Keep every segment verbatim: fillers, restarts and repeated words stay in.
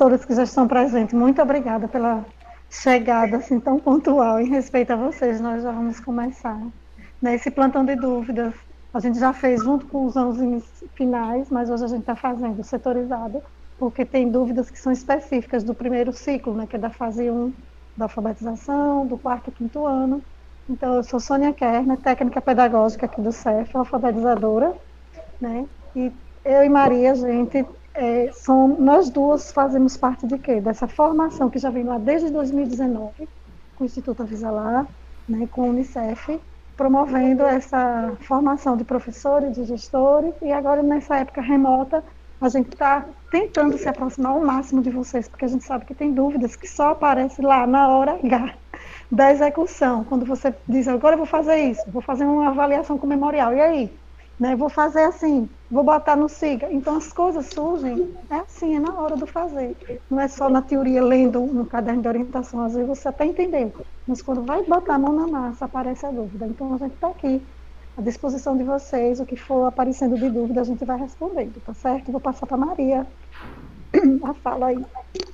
professores que já estão presentes, muito obrigada pela chegada assim tão pontual em respeito a vocês. Nós já vamos começar. Nesse plantão de dúvidas, a gente já fez junto com os anos finais, mas hoje a gente está fazendo setorizado, porque tem dúvidas que são específicas do primeiro ciclo, né, que é da fase um da alfabetização, do quarto e quinto ano. Então, eu sou Sônia Kerner, técnica pedagógica aqui do C E F, alfabetizadora, né, e eu e Maria, a gente, é, são, nós duas fazemos parte de quê? Dessa formação que já vem lá desde dois mil e dezenove, com o Instituto Avisalar, né, com o Unicef, promovendo essa formação de professores, de gestores, e agora nessa época remota, a gente está tentando se aproximar ao máximo de vocês, porque a gente sabe que tem dúvidas que só aparecem lá na hora H da execução, quando você diz, agora eu vou fazer isso, vou fazer uma avaliação com memorial, e aí? Né, vou fazer assim, vou botar no SIGA. Então as coisas surgem, é assim, é na hora do fazer. Não é só na teoria, lendo no caderno de orientação, às vezes você até entendeu, mas quando vai botar a mão na massa, aparece a dúvida. Então a gente está aqui, à disposição de vocês, o que for aparecendo de dúvida, a gente vai respondendo, tá certo? Vou passar para a Maria, a fala aí.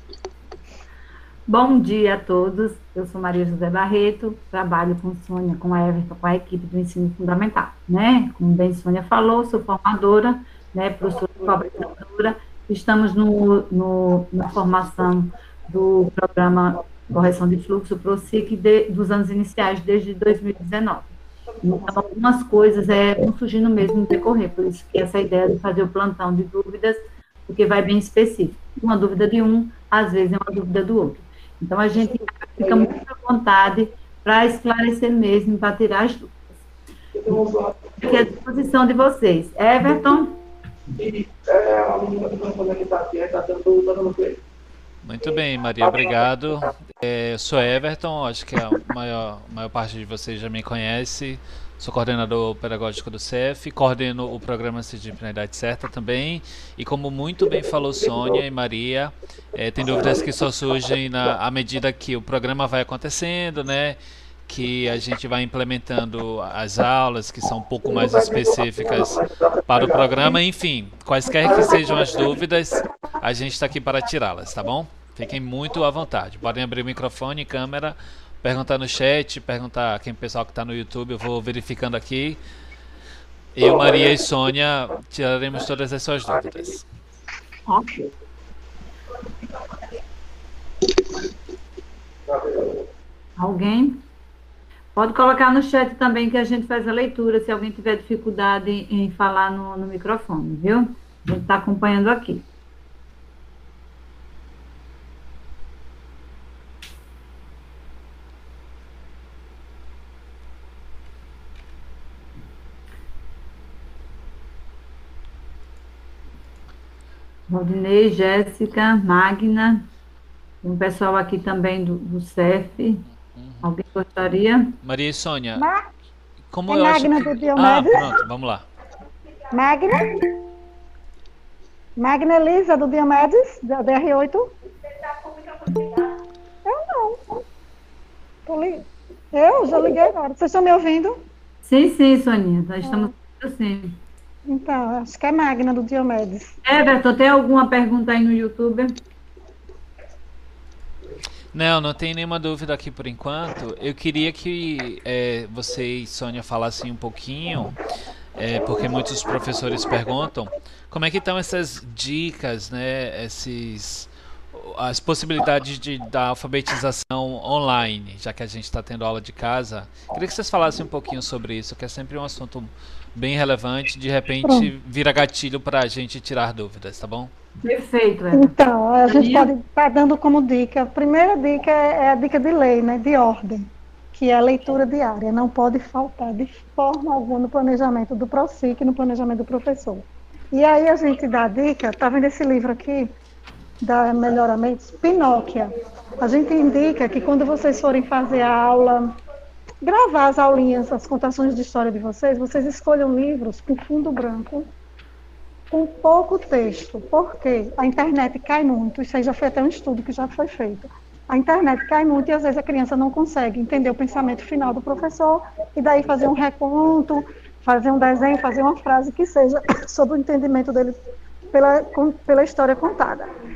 Bom dia a todos, eu sou Maria José Barreto, trabalho com Sônia, com a Everton, com a equipe do ensino fundamental, né? Como bem Sônia falou, sou formadora, né, professora alfabetizadora, estamos no, no, na formação do programa Correção de Fluxo PROSIC de, dos anos iniciais, desde dois mil e dezenove. Então, algumas coisas é, vão surgindo mesmo no decorrer, por isso que essa ideia de fazer o plantão de dúvidas, porque vai bem específico. Uma dúvida de um, às vezes é uma dúvida do outro. Então, a gente fica muito à vontade para esclarecer mesmo, para tirar as dúvidas. Fique à disposição de vocês. Everton? Muito bem, Maria, obrigado. É, eu sou Everton, acho que a maior, a maior parte de vocês já me conhece. Sou coordenador pedagógico do C E F, coordeno o programa Sergipe na Idade Certa também, e como muito bem falou Sônia e Maria, é, tem dúvidas que só surgem na, à medida que o programa vai acontecendo, né, que a gente vai implementando as aulas, que são um pouco mais específicas para o programa, enfim, quaisquer que sejam as dúvidas, a gente está aqui para tirá-las, tá bom? Fiquem muito à vontade, podem abrir o microfone e câmera, perguntar no chat, perguntar quem pessoal que está no YouTube, eu vou verificando aqui. Eu, Maria e Sônia tiraremos todas as suas dúvidas. Ok. Alguém? Pode colocar no chat também que a gente faz a leitura, se alguém tiver dificuldade em, em falar no, no microfone, viu? A gente está acompanhando aqui. Valdinei, Jéssica, Magna, tem um pessoal aqui também do, do C E F. Uhum. Alguém gostaria? Maria e Sônia, Ma como é eu Magna acho que... do Diomedes. Ah, pronto, vamos lá. Magna? Magna Elisa do Diomedes, da D R oito? Eu não. Tô li... Eu já liguei agora. Vocês estão me ouvindo? Sim, sim, Soninha, nós estamos assim. Então, acho que é Magna do Diomedes. Everton, tem alguma pergunta aí no YouTube? Não, não tem nenhuma dúvida aqui por enquanto. Eu queria que é, você e Sônia falassem um pouquinho, é, porque muitos professores perguntam, como é que estão essas dicas, né, esses, as possibilidades de, da alfabetização online, já que a gente está tendo aula de casa. Queria que vocês falassem um pouquinho sobre isso, que é sempre um assunto bem relevante, de repente Pronto. vira gatilho para a gente tirar dúvidas, tá bom? Perfeito, Eva. Então, a gente pode estar dando como dica, a primeira dica é a dica de lei, né, de ordem, que é a leitura diária, não pode faltar de forma alguma no planejamento do PROSIC, no planejamento do professor. E aí a gente dá a dica, tá vendo esse livro aqui, da Melhoramentos, Pinóquia. A gente indica que quando vocês forem fazer a aula, gravar as aulinhas, as contações de história de vocês, vocês escolham livros com fundo branco, com pouco texto, porque a internet cai muito, isso aí já foi até um estudo que já foi feito. A internet cai muito e às vezes a criança não consegue entender o pensamento final do professor e daí fazer um reconto, fazer um desenho, fazer uma frase que seja sobre o entendimento dele pela, com, pela história contada.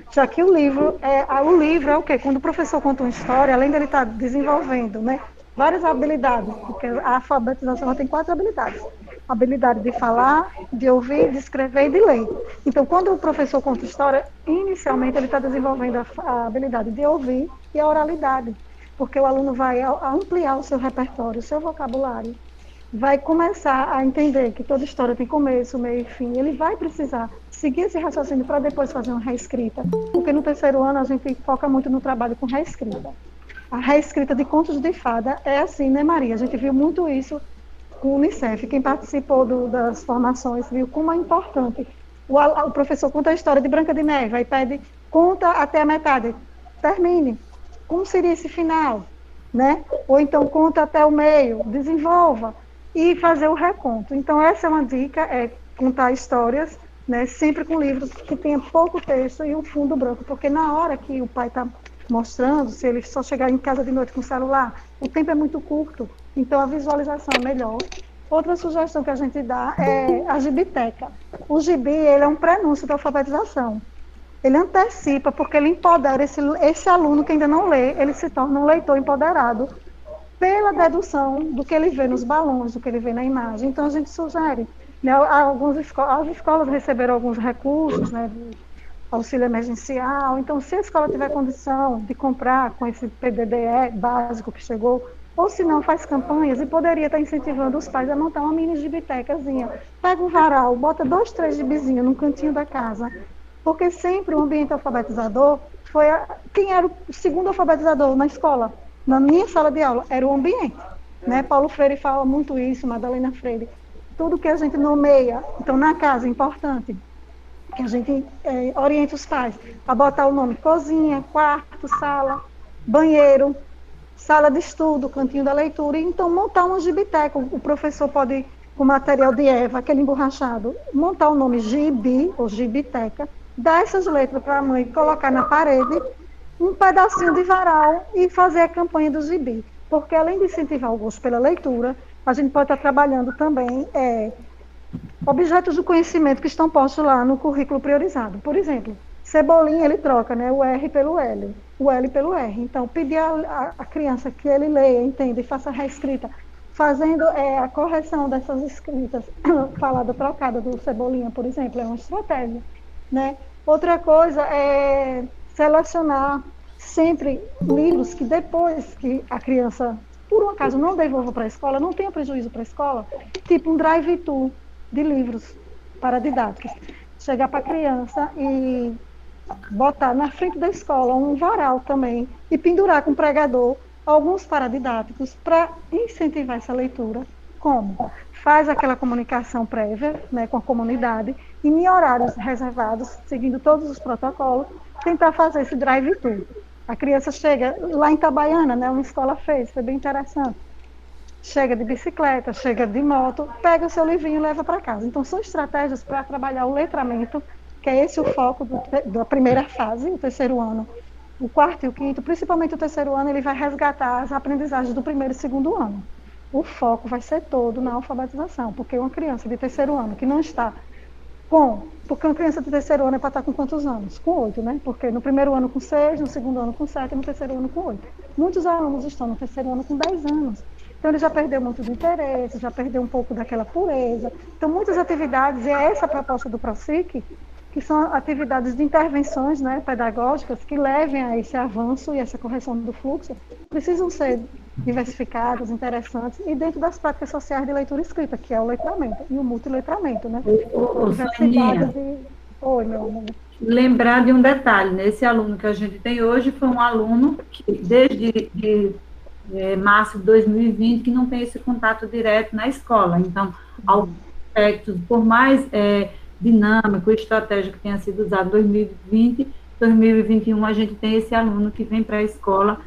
já que o livro é, o livro é o quê? Quando o professor conta uma história, além dele estar desenvolvendo, né, várias habilidades, porque a alfabetização tem quatro habilidades. A habilidade de falar, de ouvir, de escrever e de ler. Então, quando o professor conta história, inicialmente ele está desenvolvendo a, a habilidade de ouvir e a oralidade, porque o aluno vai ampliar o seu repertório, o seu vocabulário, vai começar a entender que toda história tem começo, meio e fim. Ele vai precisar seguir esse raciocínio para depois fazer uma reescrita, porque no terceiro ano a gente foca muito no trabalho com reescrita. A reescrita de contos de fada é assim, né, Maria? A gente viu muito isso com o Unicef. Quem participou do, das formações viu como é importante. O, o professor conta a história de Branca de Neve, aí pede, conta até a metade, termine. Como seria esse final? Né? Ou então conta até o meio, desenvolva e fazer o reconto. Então essa é uma dica, é contar histórias, né, sempre com livros que tenha pouco texto e um fundo branco, porque na hora que o pai está mostrando, se ele só chegar em casa de noite com o celular, o tempo é muito curto, então a visualização é melhor. Outra sugestão que a gente dá é a gibiteca. O gibi, ele é um prenúncio da alfabetização. Ele antecipa, porque ele empodera esse, esse aluno que ainda não lê, ele se torna um leitor empoderado pela dedução do que ele vê nos balões, do que ele vê na imagem. Então a gente sugere, né, algumas escolas, as escolas receberam alguns recursos, né, de auxílio emergencial. Então, se a escola tiver condição de comprar com esse P D D E básico que chegou, ou se não, faz campanhas e poderia estar incentivando os pais a montar uma mini gibitecazinha. Pega um varal, bota dois, três gibizinhos num cantinho da casa, porque sempre o ambiente alfabetizador foi a, quem era o segundo alfabetizador na escola, na minha sala de aula, era o ambiente. Né? Paulo Freire fala muito isso, Madalena Freire. Tudo que a gente nomeia, então na casa é importante que a gente é, oriente os pais a botar o nome cozinha, quarto, sala, banheiro, sala de estudo, cantinho da leitura, e então montar uma gibiteca. O professor pode, com material de Eva, aquele emborrachado, montar o nome gibi, ou gibiteca, dar essas letras para a mãe, colocar na parede, um pedacinho de varal e fazer a campanha do gibi. Porque além de incentivar o gosto pela leitura, a gente pode estar trabalhando também é, objetos do conhecimento que estão postos lá no currículo priorizado. Por exemplo, Cebolinha, ele troca, né, o R pelo L, o L pelo R. Então, pedir a, a criança que ele leia, entenda e faça a reescrita, fazendo é, a correção dessas escritas, falada trocada do Cebolinha, por exemplo, é uma estratégia. Né? Outra coisa é selecionar sempre livros que depois que a criança, por um acaso, não devolva para a escola, não tenha prejuízo para a escola, tipo um drive-thru de livros paradidáticos. Chegar para a criança e botar na frente da escola um varal também e pendurar com pregador alguns paradidáticos para incentivar essa leitura. Como? Faz aquela comunicação prévia, né, com a comunidade e em horários reservados, seguindo todos os protocolos, tentar fazer esse drive-thru. A criança chega lá em Itabaiana, né, uma escola fez, foi bem interessante. Chega de bicicleta, chega de moto, pega o seu livrinho e leva para casa. Então, são estratégias para trabalhar o letramento, que é esse o foco do, da primeira fase, o terceiro ano. O quarto e o quinto, principalmente o terceiro ano, ele vai resgatar as aprendizagens do primeiro e segundo ano. O foco vai ser todo na alfabetização, porque uma criança de terceiro ano que não está com... Porque uma criança de terceiro ano é para estar com quantos anos? Com oito, né? Porque no primeiro ano com seis, no segundo ano com sete e no terceiro ano com oito. Muitos alunos estão no terceiro ano com dez anos. Então, ele já perdeu muito de interesse, já perdeu um pouco daquela pureza. Então, muitas atividades, e é essa a proposta do PROSIC, que são atividades de intervenções, né, pedagógicas que levem a esse avanço e essa correção do fluxo, precisam ser diversificadas, interessantes, e dentro das práticas sociais de leitura escrita, que é o letramento, e o multiletramento, né? Ô, Soninha, de... Oi, meu amor. Lembrar de um detalhe, né? Esse aluno que a gente tem hoje foi um aluno que, desde de, é, março de dois mil e vinte, que não tem esse contato direto na escola. Então, alguns aspectos, por mais é, dinâmico e estratégico que tenha sido usado em dois mil e vinte, dois mil e vinte e um, a gente tem esse aluno que vem para a escola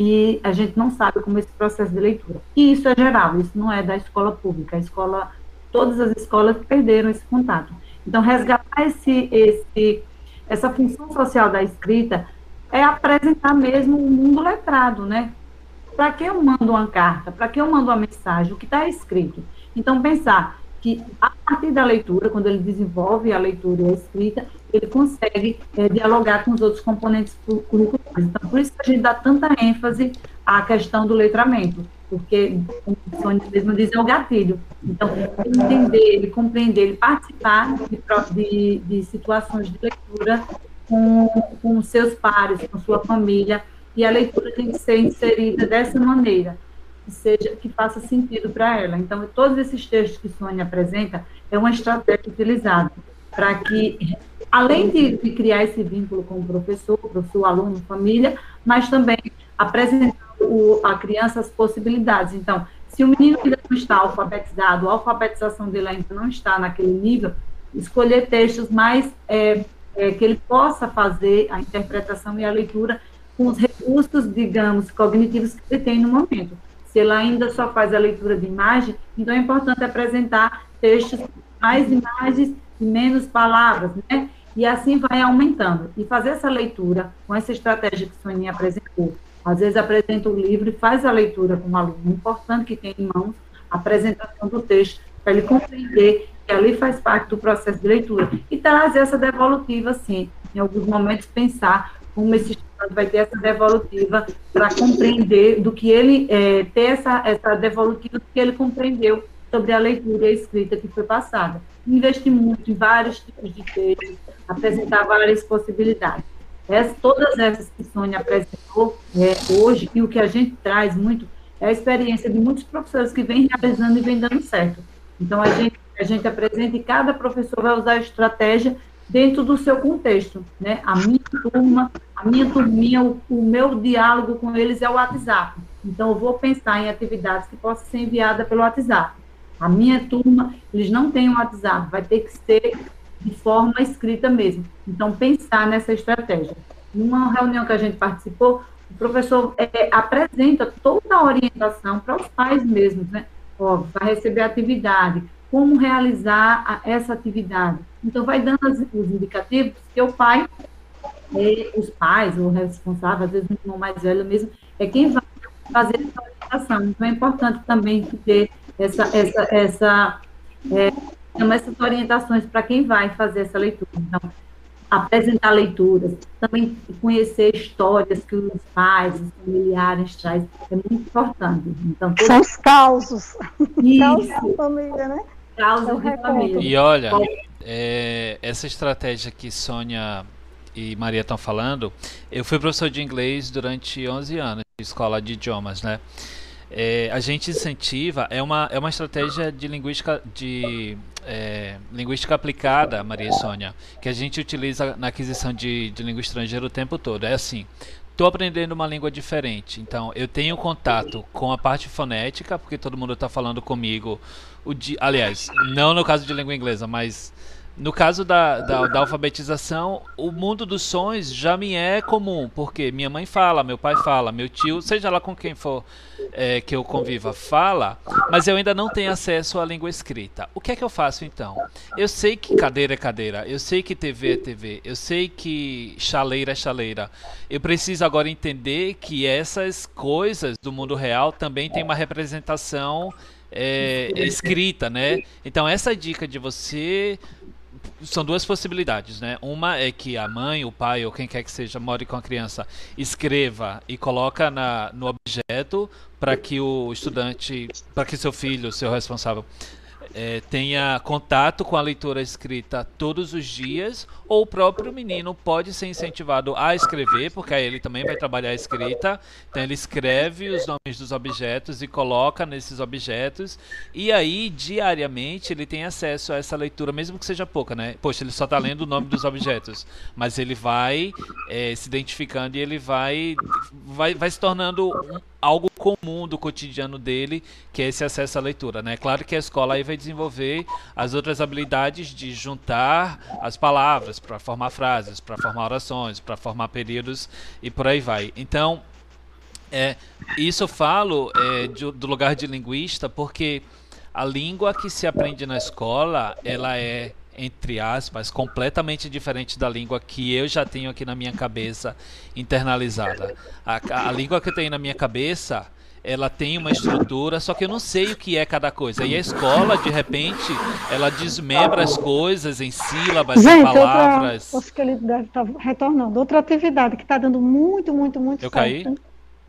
e a gente não sabe como esse processo de leitura. E isso é geral, isso não é da escola pública. A escola, todas as escolas perderam esse contato. Então, resgatar esse, esse, essa função social da escrita é apresentar mesmo o mundo letrado, né? Para que eu mando uma carta? Para que eu mando uma mensagem? O que está escrito? Então, pensar que, a partir da leitura, quando ele desenvolve a leitura e a escrita, ele consegue é, dialogar com os outros componentes curriculares. Então, por isso que a gente dá tanta ênfase à questão do letramento, porque, como a Sônia mesmo diz, é o gatilho. Então, ele entender, ele compreender, ele participar de, de, de situações de leitura com, com seus pares, com sua família, e a leitura tem que ser inserida dessa maneira, que seja, que faça sentido para ela. Então, todos esses textos que Sônia apresenta é uma estratégia utilizada para que, além de, de criar esse vínculo com o professor, professor, aluno, família, mas também apresentar o, a criança as possibilidades. Então, se o menino ainda não está alfabetizado, a alfabetização dele ainda não está naquele nível, escolher textos mais é, é, que ele possa fazer a interpretação e a leitura com os recursos, digamos, cognitivos que ele tem no momento. Se ele ainda só faz a leitura de imagem, então é importante apresentar textos com mais imagens e menos palavras, né? E assim vai aumentando. E fazer essa leitura com essa estratégia que a Soninha apresentou. Às vezes apresenta o livro e faz a leitura com o aluno. É importante que tenha em mãos a apresentação do texto, para ele compreender que ali faz parte do processo de leitura. E trazer essa devolutiva, sim. Em alguns momentos, pensar como esse estudante vai ter essa devolutiva para compreender do que ele, é, ter essa, essa devolutiva do que ele compreendeu sobre a leitura e a escrita que foi passada. Investir muito em vários tipos de textos, apresentar várias possibilidades. Essa, todas essas que Sônia apresentou é, hoje, e o que a gente traz muito, é a experiência de muitos professores que vêm realizando e vêm dando certo. Então, a gente, a gente apresenta e cada professor vai usar a estratégia dentro do seu contexto, né? A minha turma, a minha turminha, o, o meu diálogo com eles é o WhatsApp. Então, eu vou pensar em atividades que possam ser enviadas pelo WhatsApp. A minha turma, eles não têm o WhatsApp, vai ter que ser de forma escrita mesmo. Então, pensar nessa estratégia. Numa reunião que a gente participou, o professor é, apresenta toda a orientação para os pais mesmos, né? Ó, vai receber a atividade, como realizar a, essa atividade. Então, vai dando as, os indicativos que o pai, é, os pais, o responsável, às vezes o irmão mais velho mesmo, é quem vai fazer essa orientação. Então, é importante também ter essa, essa, essa, é, essas orientações para quem vai fazer essa leitura. Então, apresentar leituras, também conhecer histórias que os pais, os familiares trazem, é muito importante. Então, todos... São os causos. Causos da família, né? Causos de família. E olha, é, essa estratégia que Sônia e Maria estão falando, eu fui professor de inglês durante onze anos, de escola de idiomas, né? É, a gente incentiva, é uma, é uma estratégia de linguística, de, é, linguística aplicada, Maria e Sônia, que a gente utiliza na aquisição de, de língua estrangeira o tempo todo. É assim, estou aprendendo uma língua diferente, então eu tenho contato com a parte fonética, porque todo mundo está falando comigo, o di, aliás, não no caso de língua inglesa, mas... No caso da, da, da alfabetização, o mundo dos sons já me é comum, porque minha mãe fala, meu pai fala, meu tio, seja lá com quem for é, que eu conviva, fala, mas eu ainda não tenho acesso à língua escrita. O que é que eu faço então? Eu sei que cadeira é cadeira, eu sei que T V é T V, eu sei que chaleira é chaleira. Eu preciso agora entender que essas coisas do mundo real também tem uma representação é, escrita, né? Então essa dica de você... São duas possibilidades, né? Uma é que a mãe, o pai ou quem quer que seja more com a criança, escreva e coloca na, no objeto para que o estudante, para que seu filho, seu responsável, é, tenha contato com a leitura escrita todos os dias, ou o próprio menino pode ser incentivado a escrever, porque aí ele também vai trabalhar a escrita, então ele escreve os nomes dos objetos e coloca nesses objetos, e aí diariamente ele tem acesso a essa leitura, mesmo que seja pouca, né? Poxa, ele só está lendo o nome dos objetos, mas ele vai é, se identificando e ele vai, vai, vai se tornando um, algo comum do cotidiano dele, que é esse acesso à leitura, né? Claro que a escola aí vai desenvolver as outras habilidades de juntar as palavras para formar frases, para formar orações, para formar períodos e por aí vai. Então, é, isso eu falo é, de, do lugar de linguista, porque a língua que se aprende na escola, ela é, entre aspas, completamente diferente da língua que eu já tenho aqui na minha cabeça internalizada. A, a língua que eu tenho na minha cabeça ela tem uma estrutura, só que eu não sei o que é cada coisa. E a escola, de repente, ela desmembra as coisas em sílabas, Gente, em palavras. Outra, acho que ele deve estar retornando. Outra atividade que está dando muito, muito, muito Eu certo. caí?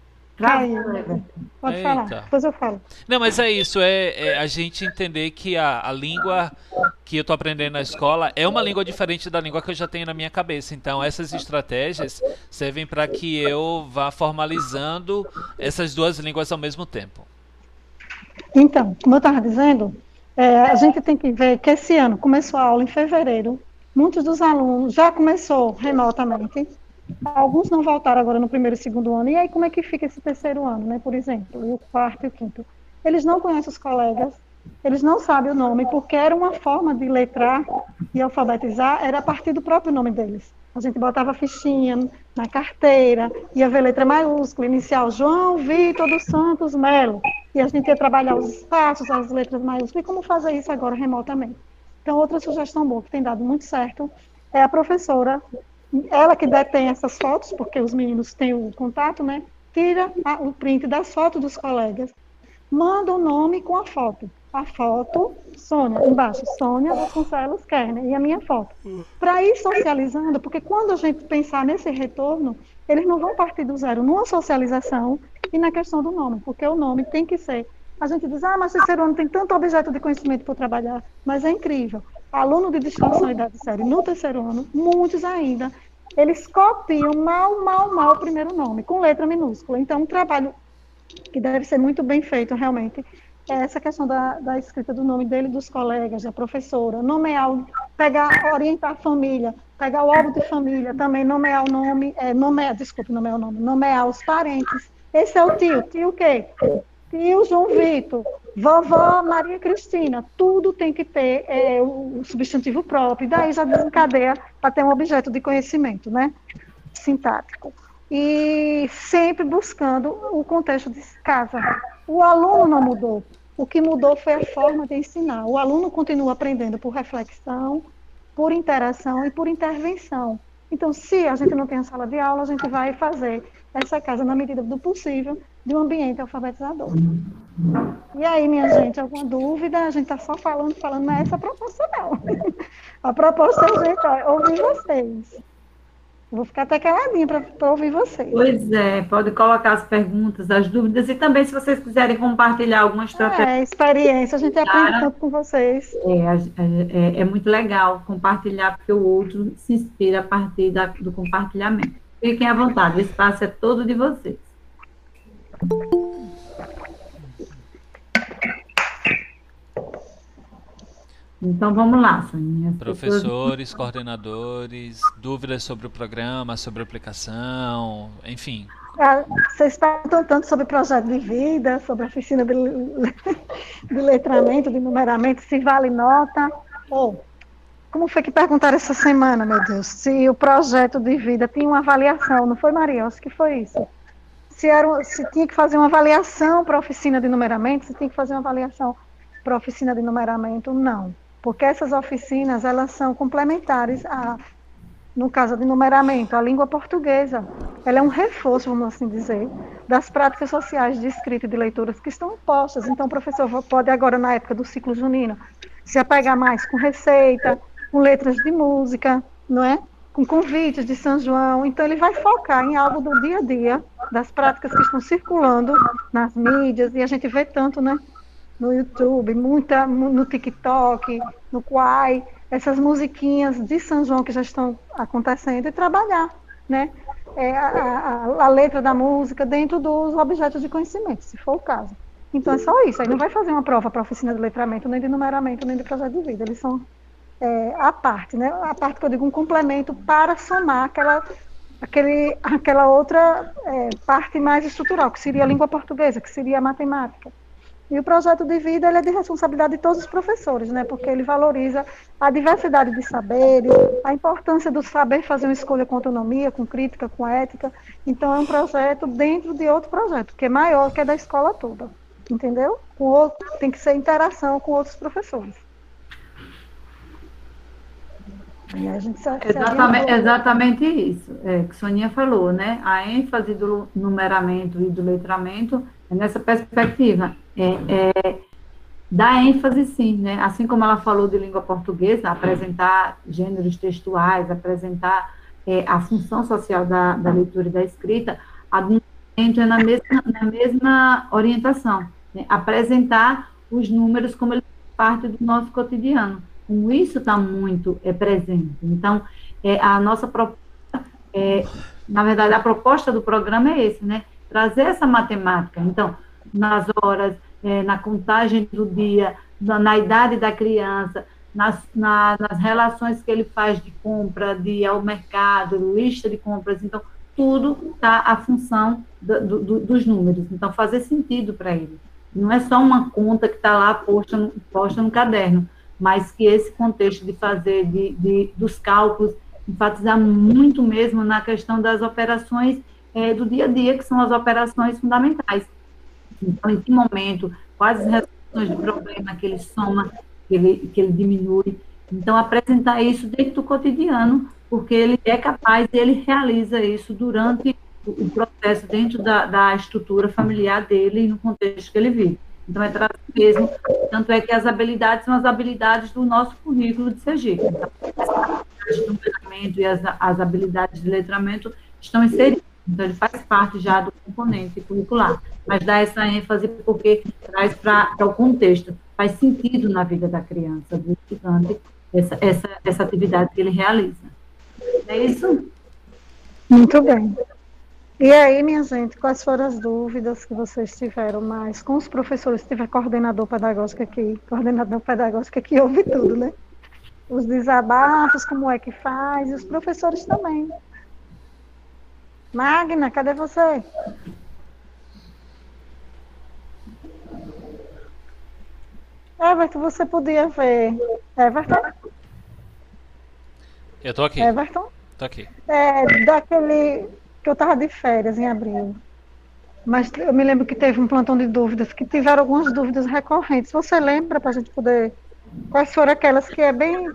Caiu. Pode Eita. falar, depois eu falo. Não, mas é isso, é, é a gente entender que a, a língua que eu tô aprendendo na escola é uma língua diferente da língua que eu já tenho na minha cabeça. Então, essas estratégias servem para que eu vá formalizando essas duas línguas ao mesmo tempo. Então, como eu estava dizendo, é, a gente tem que ver que esse ano começou a aula em fevereiro. Muitos dos alunos já começou remotamente. Alguns não voltaram agora no primeiro e segundo ano. E aí, como é que fica esse terceiro ano, né? Por exemplo, e o quarto e o quinto? Eles não conhecem os colegas, eles não sabem o nome, porque era uma forma de letrar e alfabetizar, era a partir do próprio nome deles. A gente botava fichinha na carteira, ia ver letra maiúscula, inicial João Vitor dos Santos Melo. E a gente ia trabalhar os espaços, as letras maiúsculas, e como fazer isso agora remotamente. Então, outra sugestão boa que tem dado muito certo é a professora, ela que detém essas fotos, porque os meninos têm o contato, né? Tira a, o print das fotos dos colegas, manda o nome com a foto. A foto, Sônia, embaixo, Sônia Vasconcelos Kerner, e a minha foto. Para ir socializando, porque quando a gente pensar nesse retorno, eles não vão partir do zero numa socialização e na questão do nome, porque o nome tem que ser. A gente diz, ah, mas terceiro ano tem tanto objeto de conhecimento para trabalhar, mas é incrível. Aluno de distinção idade série no terceiro ano, muitos ainda, eles copiam mal, mal, mal o primeiro nome, com letra minúscula. Então, um trabalho que deve ser muito bem feito, realmente, é essa questão da, da escrita do nome dele, dos colegas, da professora, nomear, pegar, orientar a família, pegar o álbum de família, também nomear o nome, é, nomear, desculpe, nomear o nome, nomear os parentes. Esse é o tio, tio o quê? Tio João Vitor, vovó Maria Cristina, tudo tem que ter é, o, o substantivo próprio, e daí já desencadeia para ter um objeto de conhecimento, né, sintático. E sempre buscando o contexto de casa. O aluno não mudou, o que mudou foi a forma de ensinar. O aluno continua aprendendo por reflexão, por interação e por intervenção. Então, se a gente não tem a sala de aula, a gente vai fazer essa casa, na medida do possível, de um ambiente alfabetizador. E aí, minha gente, alguma dúvida? A gente está só falando, falando, não é essa a proposta, não. A proposta é a gente ó, ouvir vocês. Vou ficar até caladinha para ouvir vocês. Pois é, pode colocar as perguntas, as dúvidas, e também se vocês quiserem compartilhar alguma estratégia. É, experiência, a gente aprende tanto com vocês. É, é, é muito legal compartilhar, porque o outro se inspira a partir da, do compartilhamento. Fiquem à vontade, o espaço é todo de vocês. Então, vamos lá, Soninha. Professores, coordenadores, dúvidas sobre o programa, sobre a aplicação, enfim. Ah, vocês perguntam tanto sobre projeto de vida, sobre a oficina de, de letramento, de numeramento, se vale nota. Oh, como foi que perguntaram essa semana, meu Deus? Se o projeto de vida tinha uma avaliação, não foi, Maria? Acho que foi isso. Se, era, se tinha que fazer uma avaliação para a oficina de numeramento, se tinha que fazer uma avaliação para a oficina de numeramento, não. Porque essas oficinas, elas são complementares a, no caso de numeramento, a língua portuguesa. Ela é um reforço, vamos assim dizer, das práticas sociais de escrita e de leituras que estão postas. Então, o professor pode agora, na época do ciclo junino, se apegar mais com receita, com letras de música, não é? Com convites de São João. Então, ele vai focar em algo do dia a dia, das práticas que estão circulando nas mídias, e a gente vê tanto, né? No YouTube, muita, no TikTok, no Quai, essas musiquinhas de São João que já estão acontecendo, e trabalhar, né, é, a, a, a letra da música dentro dos objetos de conhecimento, se for o caso. Então é só isso, aí não vai fazer uma prova para a oficina de letramento, nem de numeramento, nem de projeto de vida, eles são é, a parte, né, a parte que eu digo, um complemento para somar aquela, aquele, aquela outra é, parte mais estrutural, que seria a língua portuguesa, que seria a matemática. E o projeto de vida ele é de responsabilidade de todos os professores, né? Porque ele valoriza a diversidade de saberes, a importância do saber fazer uma escolha com autonomia, com crítica, com ética. Então, é um projeto dentro de outro projeto, que é maior, que é da escola toda. Entendeu? Com outro, tem que ser interação com outros professores. E a gente se, exatamente, se exatamente isso é, que Soninha falou, né? A ênfase do numeramento e do letramento É nessa perspectiva. É, é, dá ênfase, sim, né? Assim como ela falou de língua portuguesa, apresentar gêneros textuais, apresentar é, a função social da, da leitura e da escrita, a do entra na mesma, na mesma orientação, né? Apresentar os números como eles fazem parte do nosso cotidiano. Como isso está muito é, presente. Então, é, a nossa proposta, é, na verdade, a proposta do programa é esse, né? Trazer essa matemática. Então, nas horas, é, na contagem do dia, na, na idade da criança, nas, na, nas relações que ele faz de compra, de ir ao mercado, lista de compras. Então, tudo está à função do, do, dos números. Então, fazer sentido para ele. Não é só uma conta que está lá posta no, posta no caderno, mas que esse contexto de fazer, de, de, dos cálculos, enfatizar muito mesmo na questão das operações é, do dia a dia, que são as operações fundamentais. Então, em que momento, quais as resoluções de problema que ele soma, que ele, que ele diminui. Então, apresentar isso dentro do cotidiano, porque ele é capaz, ele realiza isso durante o processo, dentro da, da estrutura familiar dele e no contexto que ele vive. Então, é trazer mesmo, tanto é que as habilidades são as habilidades do nosso currículo de Sergipe. Então, as habilidades do letramento e as, as habilidades de letramento estão inseridas. Então, ele faz parte já do componente curricular, mas dá essa ênfase porque traz para o contexto, faz sentido na vida da criança, do estudante, essa, essa, essa atividade que ele realiza. É isso? Muito bem. E aí, minha gente, quais foram as dúvidas que vocês tiveram mais com os professores? Se tiver coordenador pedagógico aqui, coordenador pedagógico aqui ouve tudo, né? Os desabafos, como é que faz, e os professores também. Magna, cadê você? Everton, você podia ver. Everton? Eu tô aqui. Everton? Tô aqui. É, daquele que eu estava de férias em abril. Mas eu me lembro que teve um plantão de dúvidas, que tiveram algumas dúvidas recorrentes. Você lembra para a gente poder... Quais foram aquelas que é bem...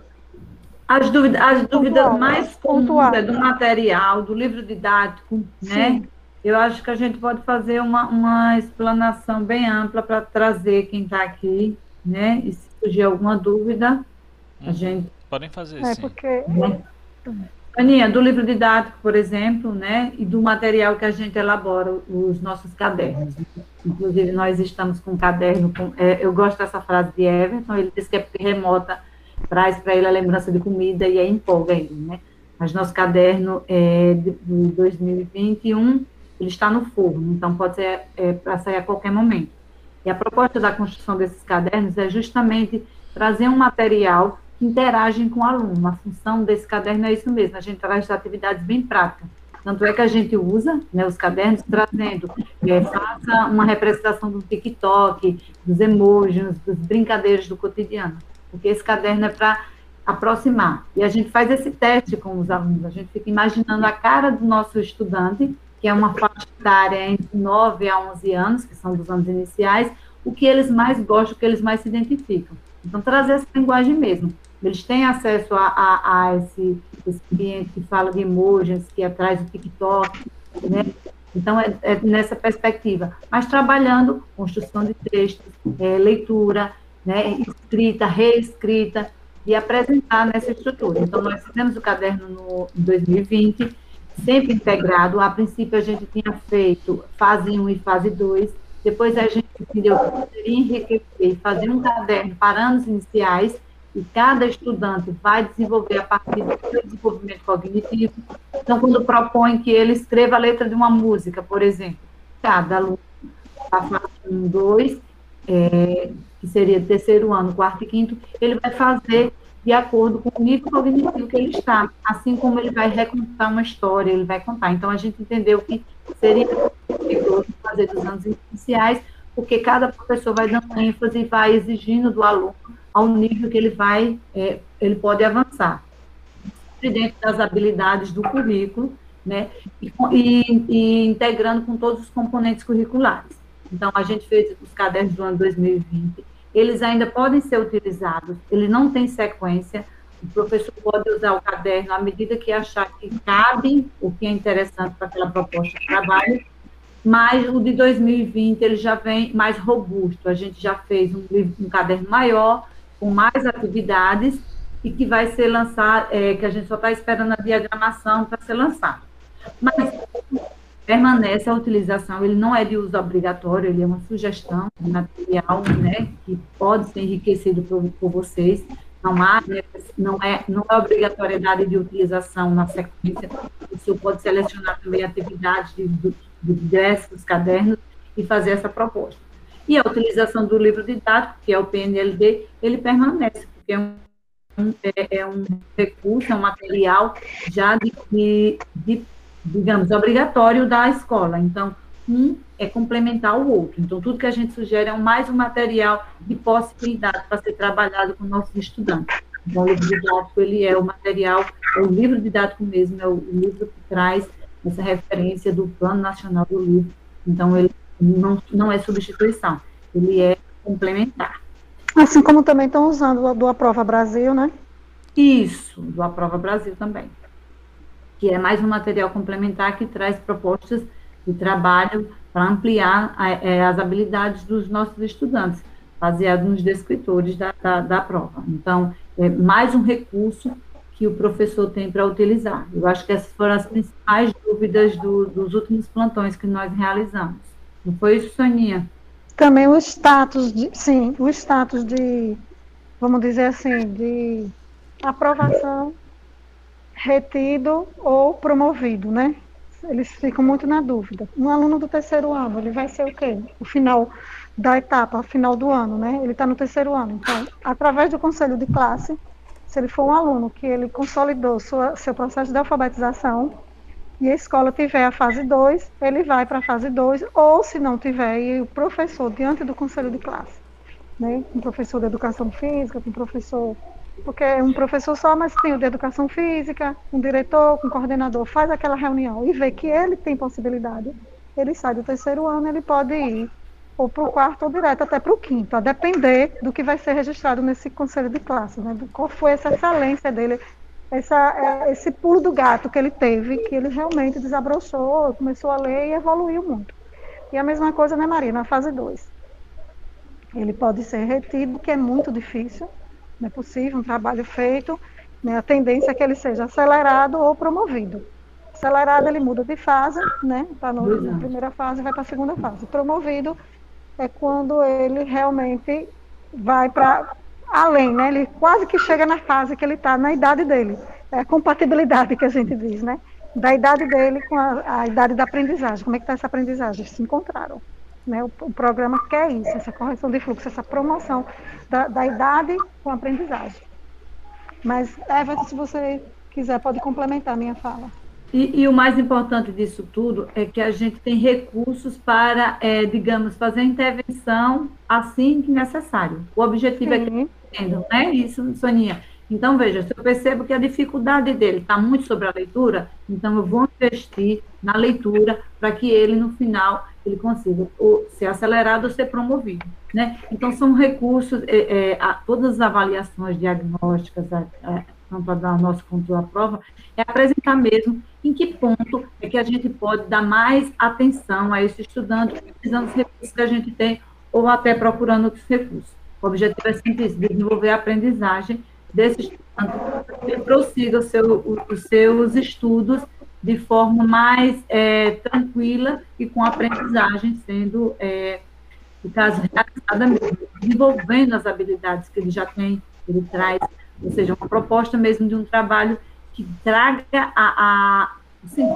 As dúvidas, as dúvidas pontual, mais comuns pontual. É do material, do livro didático, né? Sim. Eu acho que a gente pode fazer uma, uma explanação bem ampla para trazer quem está aqui, né? E se surgir alguma dúvida, a gente... Podem fazer, é, sim. Porque... Né? Aninha, do livro didático, por exemplo, né? E do material que a gente elabora, os nossos cadernos. Inclusive, nós estamos com um caderno... Com, é, eu gosto dessa frase de Everton, ele disse que é remota, traz para ele a lembrança de comida e aí empolga ele, né? Mas nosso caderno é de, de dois mil e vinte e um, ele está no forno, então pode ser é, para sair a qualquer momento. E a proposta da construção desses cadernos é justamente trazer um material que interage com o aluno. A função desse caderno é isso mesmo, a gente traz atividades bem práticas. Tanto é que a gente usa, né, os cadernos trazendo, é, faça uma representação do TikTok, dos emojis, das brincadeiras do cotidiano. Porque esse caderno é para aproximar. E a gente faz esse teste com os alunos, a gente fica imaginando a cara do nosso estudante, que é uma faixa etária entre nove a onze anos, que são dos anos iniciais, o que eles mais gostam, o que eles mais se identificam. Então, trazer essa linguagem mesmo. Eles têm acesso a, a, a esse, esse ambiente que fala de emojis, que atrás do TikTok, né? Então, é, é nessa perspectiva. Mas trabalhando construção de textos, é, leitura, né, escrita, reescrita, e apresentar nessa estrutura. Então, nós fizemos o caderno no, em dois mil e vinte, sempre integrado. A princípio, a gente tinha feito fase um e fase dois, depois a gente entendeu que poderia enriquecer e fazer um caderno para anos iniciais, e cada estudante vai desenvolver a partir do seu desenvolvimento cognitivo. Então, quando propõe que ele escreva a letra de uma música, por exemplo, cada aluno da fase um, dois, é, que seria terceiro ano, quarto e quinto, ele vai fazer de acordo com o nível cognitivo que ele está, assim como ele vai recontar uma história, ele vai contar. Então, a gente entendeu que seria perigoso fazer dos anos iniciais, porque cada professor vai dando ênfase e vai exigindo do aluno ao nível que ele vai, é, ele pode avançar. Dentro das habilidades do currículo, né, e, e, e integrando com todos os componentes curriculares. Então, a gente fez os cadernos do ano dois mil e vinte, eles ainda podem ser utilizados, ele não tem sequência, o professor pode usar o caderno à medida que achar que cabe o que é interessante para aquela proposta de trabalho, mas o de dois mil e vinte ele já vem mais robusto. A gente já fez um, livro, um caderno maior, com mais atividades, e que vai ser lançado, é, que a gente só está esperando a diagramação para ser lançado. Mas permanece a utilização, ele não é de uso obrigatório, ele é uma sugestão de material, né, que pode ser enriquecido por, por vocês. Não há, não é, não é obrigatoriedade de utilização na sequência. O senhor pode selecionar também atividades de, de, de diversos cadernos e fazer essa proposta. E a utilização do livro didático, que é o P N L D, ele permanece, porque é um, é, é um recurso, é um material já de, de, de, digamos, obrigatório da escola. Então, um é complementar o outro. Então, tudo que a gente sugere é mais um material de possibilidade para ser trabalhado com nossos estudantes. Então, o livro didático, ele é o material, é o livro didático mesmo, é o livro que traz essa referência do Plano Nacional do Livro. Então, ele não, não é substituição, ele é complementar. Assim como também estão usando do Aprova Brasil, né? Isso, do Aprova Brasil também. Que é mais um material complementar que traz propostas de trabalho para ampliar a, é, as habilidades dos nossos estudantes, baseado nos descritores da, da, da prova. Então, é mais um recurso que o professor tem para utilizar. Eu acho que essas foram as principais dúvidas do, dos últimos plantões que nós realizamos. Não foi isso, Soninha? Também o status, de, sim, o status de, vamos dizer assim, de aprovação, retido ou promovido, né? Eles ficam muito na dúvida. Um aluno do terceiro ano, ele vai ser o quê? O final da etapa, o final do ano, né? Ele está no terceiro ano. Então, através do conselho de classe, se ele for um aluno que ele consolidou sua, seu processo de alfabetização e a escola tiver a fase dois, ele vai para a fase dois, ou se não tiver, e o professor, diante do conselho de classe, né? Um professor de educação física, um professor... Porque é um professor só, mas tem o de educação física, um diretor, um coordenador, faz aquela reunião e vê que ele tem possibilidade, ele sai do terceiro ano, ele pode ir ou para o quarto ou direto até para o quinto, a depender do que vai ser registrado nesse conselho de classe, né? Qual foi essa excelência dele, essa, esse pulo do gato que ele teve, que ele realmente desabrochou, começou a ler e evoluiu muito. E a mesma coisa, né, Maria, na fase dois. Ele pode ser retido, que é muito difícil, não é possível, um trabalho feito, né, a tendência é que ele seja acelerado ou promovido. Acelerado, ele muda de fase, né, está na primeira fase e vai para a segunda fase. Promovido é quando ele realmente vai para além, né, ele quase que chega na fase que ele está, na idade dele. É a compatibilidade que a gente diz, né, da idade dele com a, a idade da aprendizagem. Como é que está essa aprendizagem? Eles se encontraram. Né, o, o programa quer isso, essa correção de fluxo, essa promoção da, da idade com a aprendizagem. Mas, Everton, se você quiser, pode complementar a minha fala. E, e o mais importante disso tudo é que a gente tem recursos para, é, digamos, fazer intervenção assim que necessário. O objetivo Sim. é que eu entendo, né? Isso, Soninha. Então, veja, se eu percebo que a dificuldade dele está muito sobre a leitura, então eu vou investir na leitura para que ele, no final, ele consiga ou ser acelerado ou ser promovido, né? Então, são recursos, é, é, a, todas as avaliações diagnósticas, a, a, tanto a da nossa quanto a prova, é apresentar mesmo em que ponto é que a gente pode dar mais atenção a esse estudante, utilizando os recursos que a gente tem, ou até procurando outros recursos. O objetivo é sempre isso, desenvolver a aprendizagem desse estudante, que ele prossiga o seu, os seus estudos de forma mais é, tranquila e com aprendizagem sendo, é, no caso, realizada mesmo, desenvolvendo as habilidades que ele já tem, que ele traz, ou seja, uma proposta mesmo de um trabalho que traga a, a assim,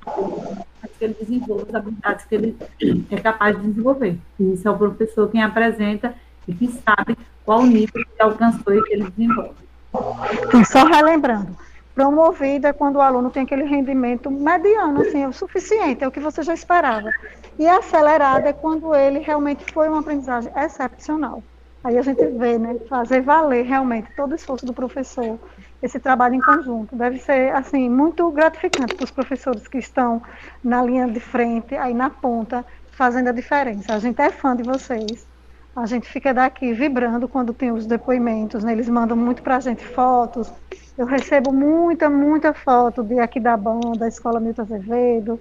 que ele desenvolva as habilidades que ele é capaz de desenvolver. E isso é o professor quem apresenta e que sabe qual o nível que ele alcançou e que ele desenvolve. Então, só relembrando, promovida é quando o aluno tem aquele rendimento mediano, assim, é o suficiente, é o que você já esperava. E acelerada é quando ele realmente foi uma aprendizagem excepcional. Aí a gente vê, né, fazer valer realmente todo o esforço do professor, esse trabalho em conjunto. Deve ser, assim, muito gratificante para os professores que estão na linha de frente, aí na ponta, fazendo a diferença. A gente é fã de vocês. A gente fica daqui vibrando quando tem os depoimentos, né? Eles mandam muito para a gente fotos. Eu recebo muita, muita foto de aqui da banda, da Escola Milton Azevedo,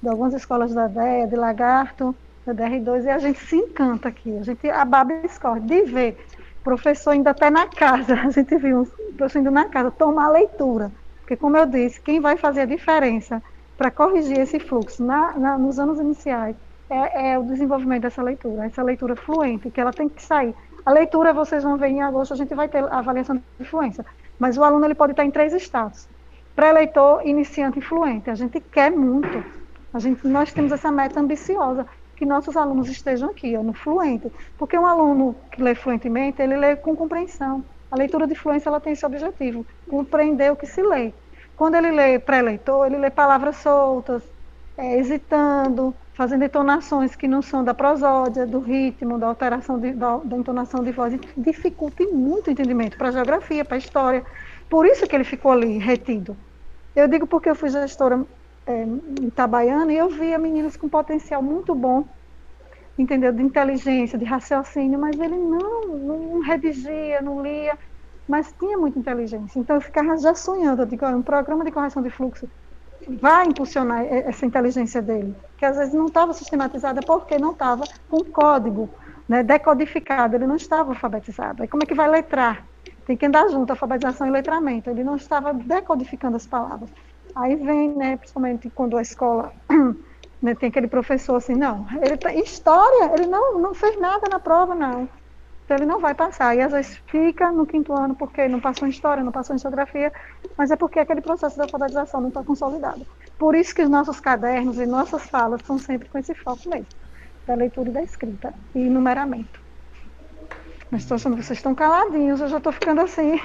de algumas escolas da D E A, de Lagarto, da D R dois, e a gente se encanta aqui, a gente a baba escorre de ver professor ainda até na casa, a gente viu um professor indo na casa tomar leitura, porque como eu disse, quem vai fazer a diferença para corrigir esse fluxo na, na, nos anos iniciais é, é o desenvolvimento dessa leitura, essa leitura fluente, que ela tem que sair. A leitura, vocês vão ver em agosto, a gente vai ter a avaliação de fluência, mas o aluno ele pode estar em três estados: pré-leitor, iniciante e fluente. A gente quer muito, a gente, nós temos essa meta ambiciosa, que nossos alunos estejam aqui, ó, no fluente, porque um aluno que lê fluentemente, ele lê com compreensão. A leitura de fluência, ela tem esse objetivo, compreender o que se lê. Quando ele lê pré-leitor, ele lê palavras soltas, é, hesitando, fazendo entonações que não são da prosódia, do ritmo, da alteração de, da, da entonação de voz, dificulta muito o entendimento para a geografia, para a história. Por isso que ele ficou ali, retido. Eu digo porque eu fui gestora é, em Itabaiana e eu via meninos com potencial muito bom, entendeu? De inteligência, de raciocínio, mas ele não, não redigia, não lia, mas tinha muita inteligência. Então eu ficava já sonhando, eu digo, olha, um programa de correção de fluxo vai impulsionar essa inteligência dele, que às vezes não estava sistematizada porque não estava com código, né, decodificado, ele não estava alfabetizado. Aí como é que vai letrar? Tem que andar junto, alfabetização e letramento. Ele não estava decodificando as palavras. Aí vem, né, principalmente quando a escola, né, tem aquele professor assim, não, ele tá, história, ele não, não fez nada na prova, não. Então ele não vai passar. E às vezes fica no quinto ano porque não passou em história, não passou em geografia, mas é porque aquele processo de alfabetização não está consolidado. Por isso que os nossos cadernos e nossas falas são sempre com esse foco mesmo, da leitura e da escrita, e numeramento. Mas estou achando que vocês estão caladinhos, eu já estou ficando assim,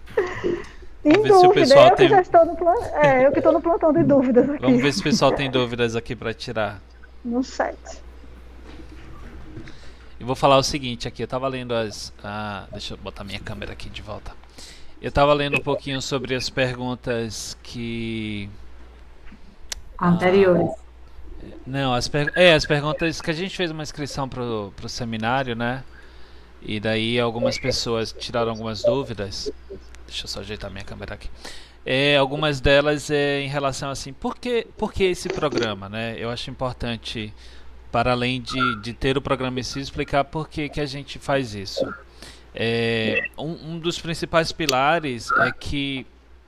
em dúvida. Eu que, tem... já estou no, plan... é, eu que estou no plantão de dúvidas aqui. Vamos ver se o pessoal tem dúvidas aqui para tirar. No chat. Eu vou falar o seguinte aqui, eu estava lendo as... Ah, deixa eu botar minha câmera aqui de volta. Eu estava lendo um pouquinho sobre as perguntas que... Anteriores. Ah, não, as, per... é, as perguntas que a gente fez uma inscrição para o seminário, né? E daí algumas pessoas tiraram algumas dúvidas. Deixa eu só ajeitar minha câmera aqui. É, algumas delas é em relação assim, por que, por que esse programa, né? Eu acho importante, para além de, de ter o programa em si, explicar por que, que a gente faz isso. É, um, um dos principais pilares é que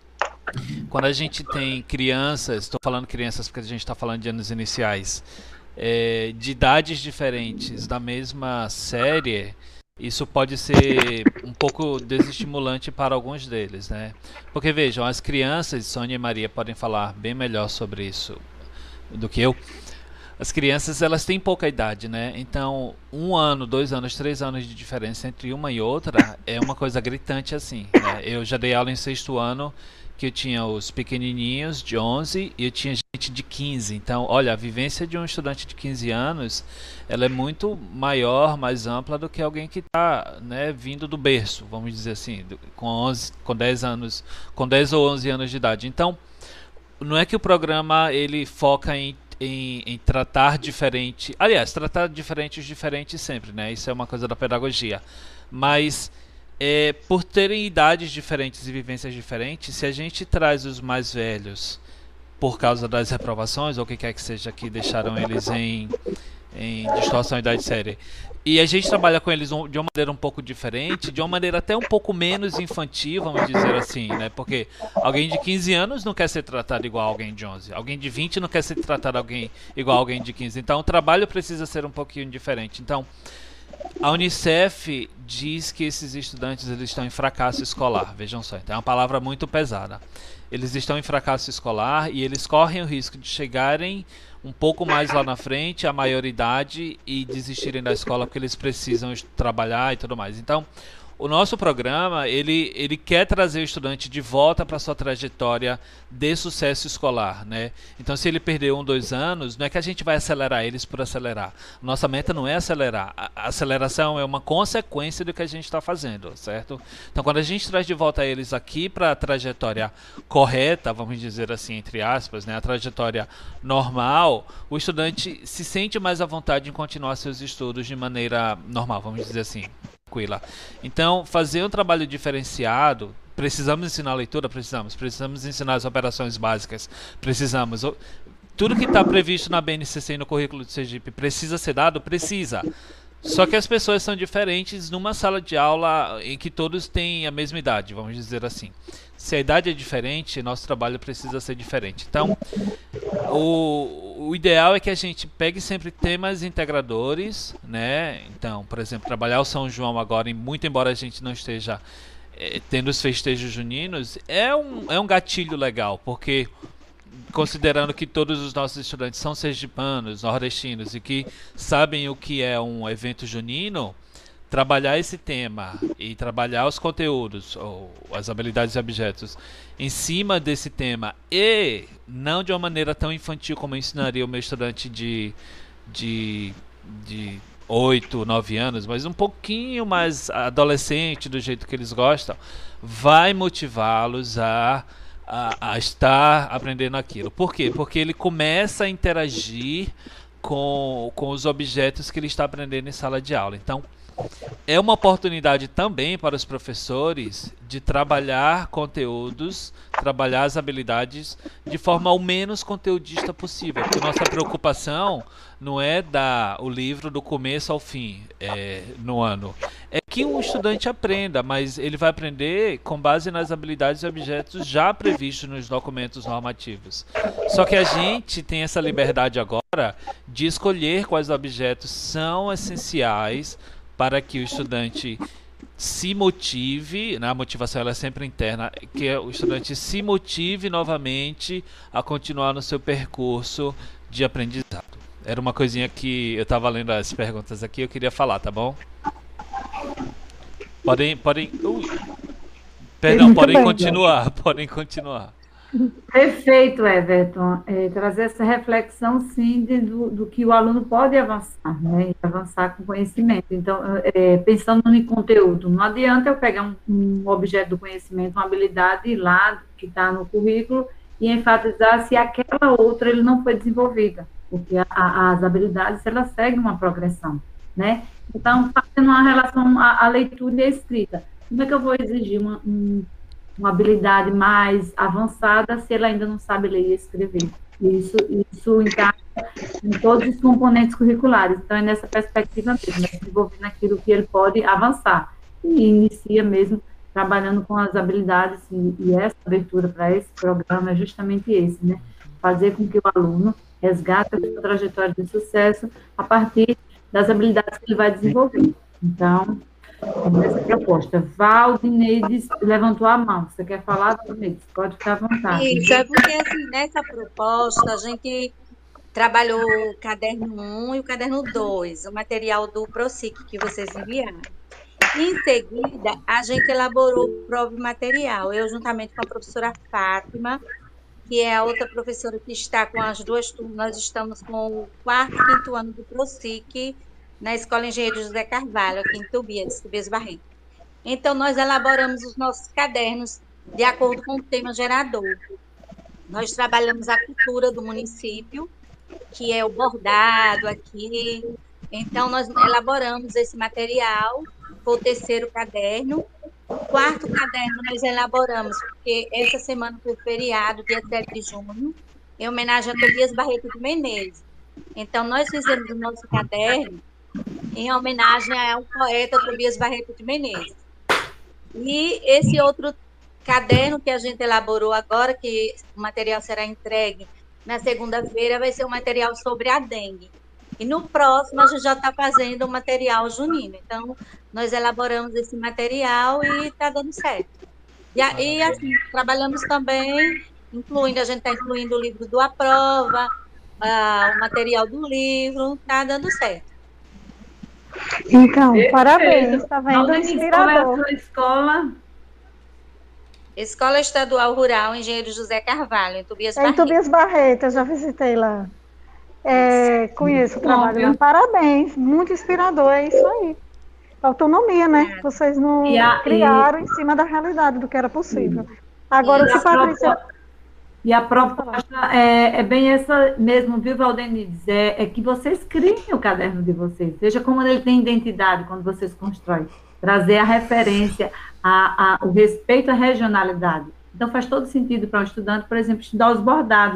quando a gente tem crianças, estou falando crianças porque a gente está falando de anos iniciais, é, de idades diferentes da mesma série, isso pode ser um pouco desestimulante para alguns deles, né? Porque vejam, as crianças, Sônia e Maria podem falar bem melhor sobre isso do que eu. As crianças, elas têm pouca idade, né? Então, um ano, dois anos, três anos de diferença entre uma e outra é uma coisa gritante assim, né? Eu já dei aula em sexto ano, que eu tinha os pequenininhos de onze e eu tinha gente de quinze. Então, olha, a vivência de um estudante de quinze anos, ela é muito maior, mais ampla do que alguém que está, né, vindo do berço, vamos dizer assim, do, com, onze, com dez anos, com dez ou onze anos de idade. Então, não é que o programa ele foca em Em, em tratar diferente, aliás, tratar diferente os diferentes sempre, né? Isso é uma coisa da pedagogia. Mas é, por terem idades diferentes e vivências diferentes, se a gente traz os mais velhos por causa das reprovações ou o que quer que seja que deixaram eles em, em distorção idade série, e a gente trabalha com eles de uma maneira um pouco diferente, de uma maneira até um pouco menos infantil, vamos dizer assim, né? Porque alguém de quinze anos não quer ser tratado igual a alguém de onze. Alguém de vinte não quer ser tratado alguém, igual a alguém de quinze. Então o trabalho precisa ser um pouquinho diferente. Então, a Unicef diz que esses estudantes eles estão em fracasso escolar. Vejam só, então é uma palavra muito pesada. Eles estão em fracasso escolar e eles correm o risco de chegarem um pouco mais lá na frente, a maioridade, e desistirem da escola porque eles precisam trabalhar e tudo mais. Então, o nosso programa, ele, ele quer trazer o estudante de volta para a sua trajetória de sucesso escolar, né? Então, se ele perdeu um, dois anos, não é que a gente vai acelerar eles por acelerar. Nossa meta não é acelerar. A aceleração é uma consequência do que a gente está fazendo, certo? Então, quando a gente traz de volta eles aqui para a trajetória correta, vamos dizer assim, entre aspas, né? A trajetória normal, o estudante se sente mais à vontade em continuar seus estudos de maneira normal, vamos dizer assim. Tranquila. Então, fazer um trabalho diferenciado, precisamos ensinar a leitura? Precisamos. Precisamos ensinar as operações básicas? Precisamos. tudo que está previsto na B N C C e no currículo de Sergipe precisa ser dado? Precisa. Só que as pessoas são diferentes numa sala de aula em que todos têm a mesma idade, vamos dizer assim. Se a idade é diferente, nosso trabalho precisa ser diferente. Então, o, o ideal é que a gente pegue sempre temas integradores, né? Então, por exemplo, trabalhar o São João agora, e muito embora a gente não esteja é, tendo os festejos juninos, é um, é um gatilho legal, porque considerando que todos os nossos estudantes são sergipanos, nordestinos e que sabem o que é um evento junino, trabalhar esse tema e trabalhar os conteúdos ou as habilidades e objetos em cima desse tema e não de uma maneira tão infantil como eu ensinaria o meu estudante de de, de oito, nove anos, mas um pouquinho mais adolescente do jeito que eles gostam, vai motivá-los a A, a estar aprendendo aquilo. Por quê? Porque ele começa a interagir com, com os objetos que ele está aprendendo em sala de aula. Então, é uma oportunidade também para os professores de trabalhar conteúdos, trabalhar as habilidades de forma ao menos conteudista possível. Porque nossa preocupação não é dar o livro do começo ao fim é, no ano. É que o estudante aprenda, mas ele vai aprender com base nas habilidades e objetos já previstos nos documentos normativos. Só que a gente tem essa liberdade agora de escolher quais objetos são essenciais para que o estudante se motive, né? A motivação ela é sempre interna, que o estudante se motive novamente a continuar no seu percurso de aprendizado. Era uma coisinha que eu estava lendo as perguntas aqui, eu queria falar, tá bom? Podem, podem, ui, perdão, Muito podem bem, continuar, podem continuar. Perfeito, Everton. É, trazer essa reflexão, sim, de, do, do que o aluno pode avançar, né? Avançar com conhecimento. Então, é, pensando em conteúdo, não adianta eu pegar um, um objeto do conhecimento, uma habilidade lá que está no currículo e enfatizar se aquela outra ele não foi desenvolvida, porque a, a, as habilidades elas seguem uma progressão, né? Então, fazendo uma relação à, à leitura e à escrita, como é que eu vou exigir uma, um uma habilidade mais avançada se ele ainda não sabe ler e escrever? Isso, isso encaixa em todos os componentes curriculares. Então, é nessa perspectiva mesmo, né? Desenvolvendo aquilo que ele pode avançar. E inicia mesmo trabalhando com as habilidades, e, e essa abertura para esse programa é justamente esse, né? Fazer com que o aluno resgate a sua trajetória de sucesso a partir das habilidades que ele vai desenvolver. Então, essa proposta. Valdineides levantou a mão. Você quer falar, Valdineides? Pode ficar à vontade. Isso, é porque assim, nessa proposta a gente trabalhou o caderno um e o caderno dois, o material do ProSIC que vocês enviaram. Em seguida, a gente elaborou o próprio material. Eu, juntamente com a professora Fátima, que é a outra professora que está com as duas turmas, nós estamos com o quarto e quinto ano do ProSIC, na Escola Engenheiro José Carvalho, aqui em Tobias, Tobias Barreto. Então, nós elaboramos os nossos cadernos de acordo com o tema gerador. Nós trabalhamos a cultura do município, que é o bordado aqui. Então, nós elaboramos esse material, foi o terceiro caderno. O quarto caderno nós elaboramos, porque essa semana foi feriado, dia sete de junho, em homenagem a Tobias Barreto de Menezes. Então, nós fizemos o nosso caderno em homenagem ao poeta Tobias Barreto de Menezes. E esse outro caderno que a gente elaborou agora, que o material será entregue na segunda-feira, vai ser um material sobre a dengue. E no próximo, a gente já está fazendo o material junino. Então, nós elaboramos esse material e está dando certo. E, e assim, trabalhamos também, incluindo, a gente está incluindo o livro do Aprova, uh, o material do livro, está dando certo. Então, parabéns, está vendo? Valdineides, Inspirador. qual é a sua escola? Escola Estadual Rural Engenheiro José Carvalho, em Tobias É em Barreto. Tobias Barreto, eu já visitei lá. É, conheço o trabalho Bom, lá. Parabéns, muito inspirador, é isso aí. Autonomia, né? Vocês não E a- criaram em cima da realidade, do que era possível. Agora, o E que a Patrícia... propo- E a proposta é, é bem essa mesmo, viu, Valdineides? É, é que vocês criem o caderno de vocês. Veja como ele tem identidade quando vocês constroem. Trazer a referência, a, a, o respeito à regionalidade. Então, faz todo sentido para um estudante, por exemplo, estudar os bordados.